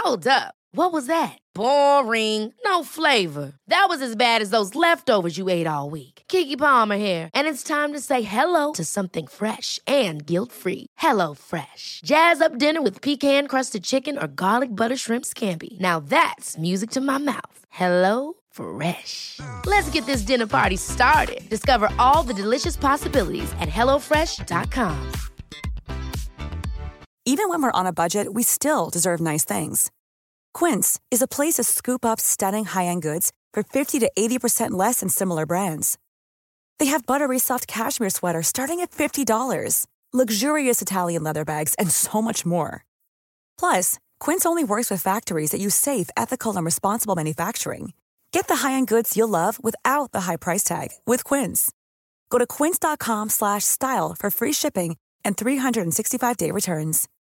Hold up. What was that? Boring. No flavor. That was as bad as those leftovers you ate all week. Keke Palmer here, and it's time to say hello to something fresh and guilt-free. Hello Fresh. Jazz up dinner with pecan-crusted chicken or garlic butter shrimp scampi. Now that's music to my mouth. Hello Fresh. Let's get this dinner party started. Discover all the delicious possibilities at hellofresh.com.
Even when we're on a budget, we still deserve nice things. Quince is a place to scoop up stunning high-end goods for 50 to 80% less than similar brands. They have buttery soft cashmere sweaters starting at $50, luxurious Italian leather bags, and so much more. Plus, Quince only works with factories that use safe, ethical, and responsible manufacturing. Get the high-end goods you'll love without the high price tag with Quince. Go to quince.com/style for free shipping and 365-day returns.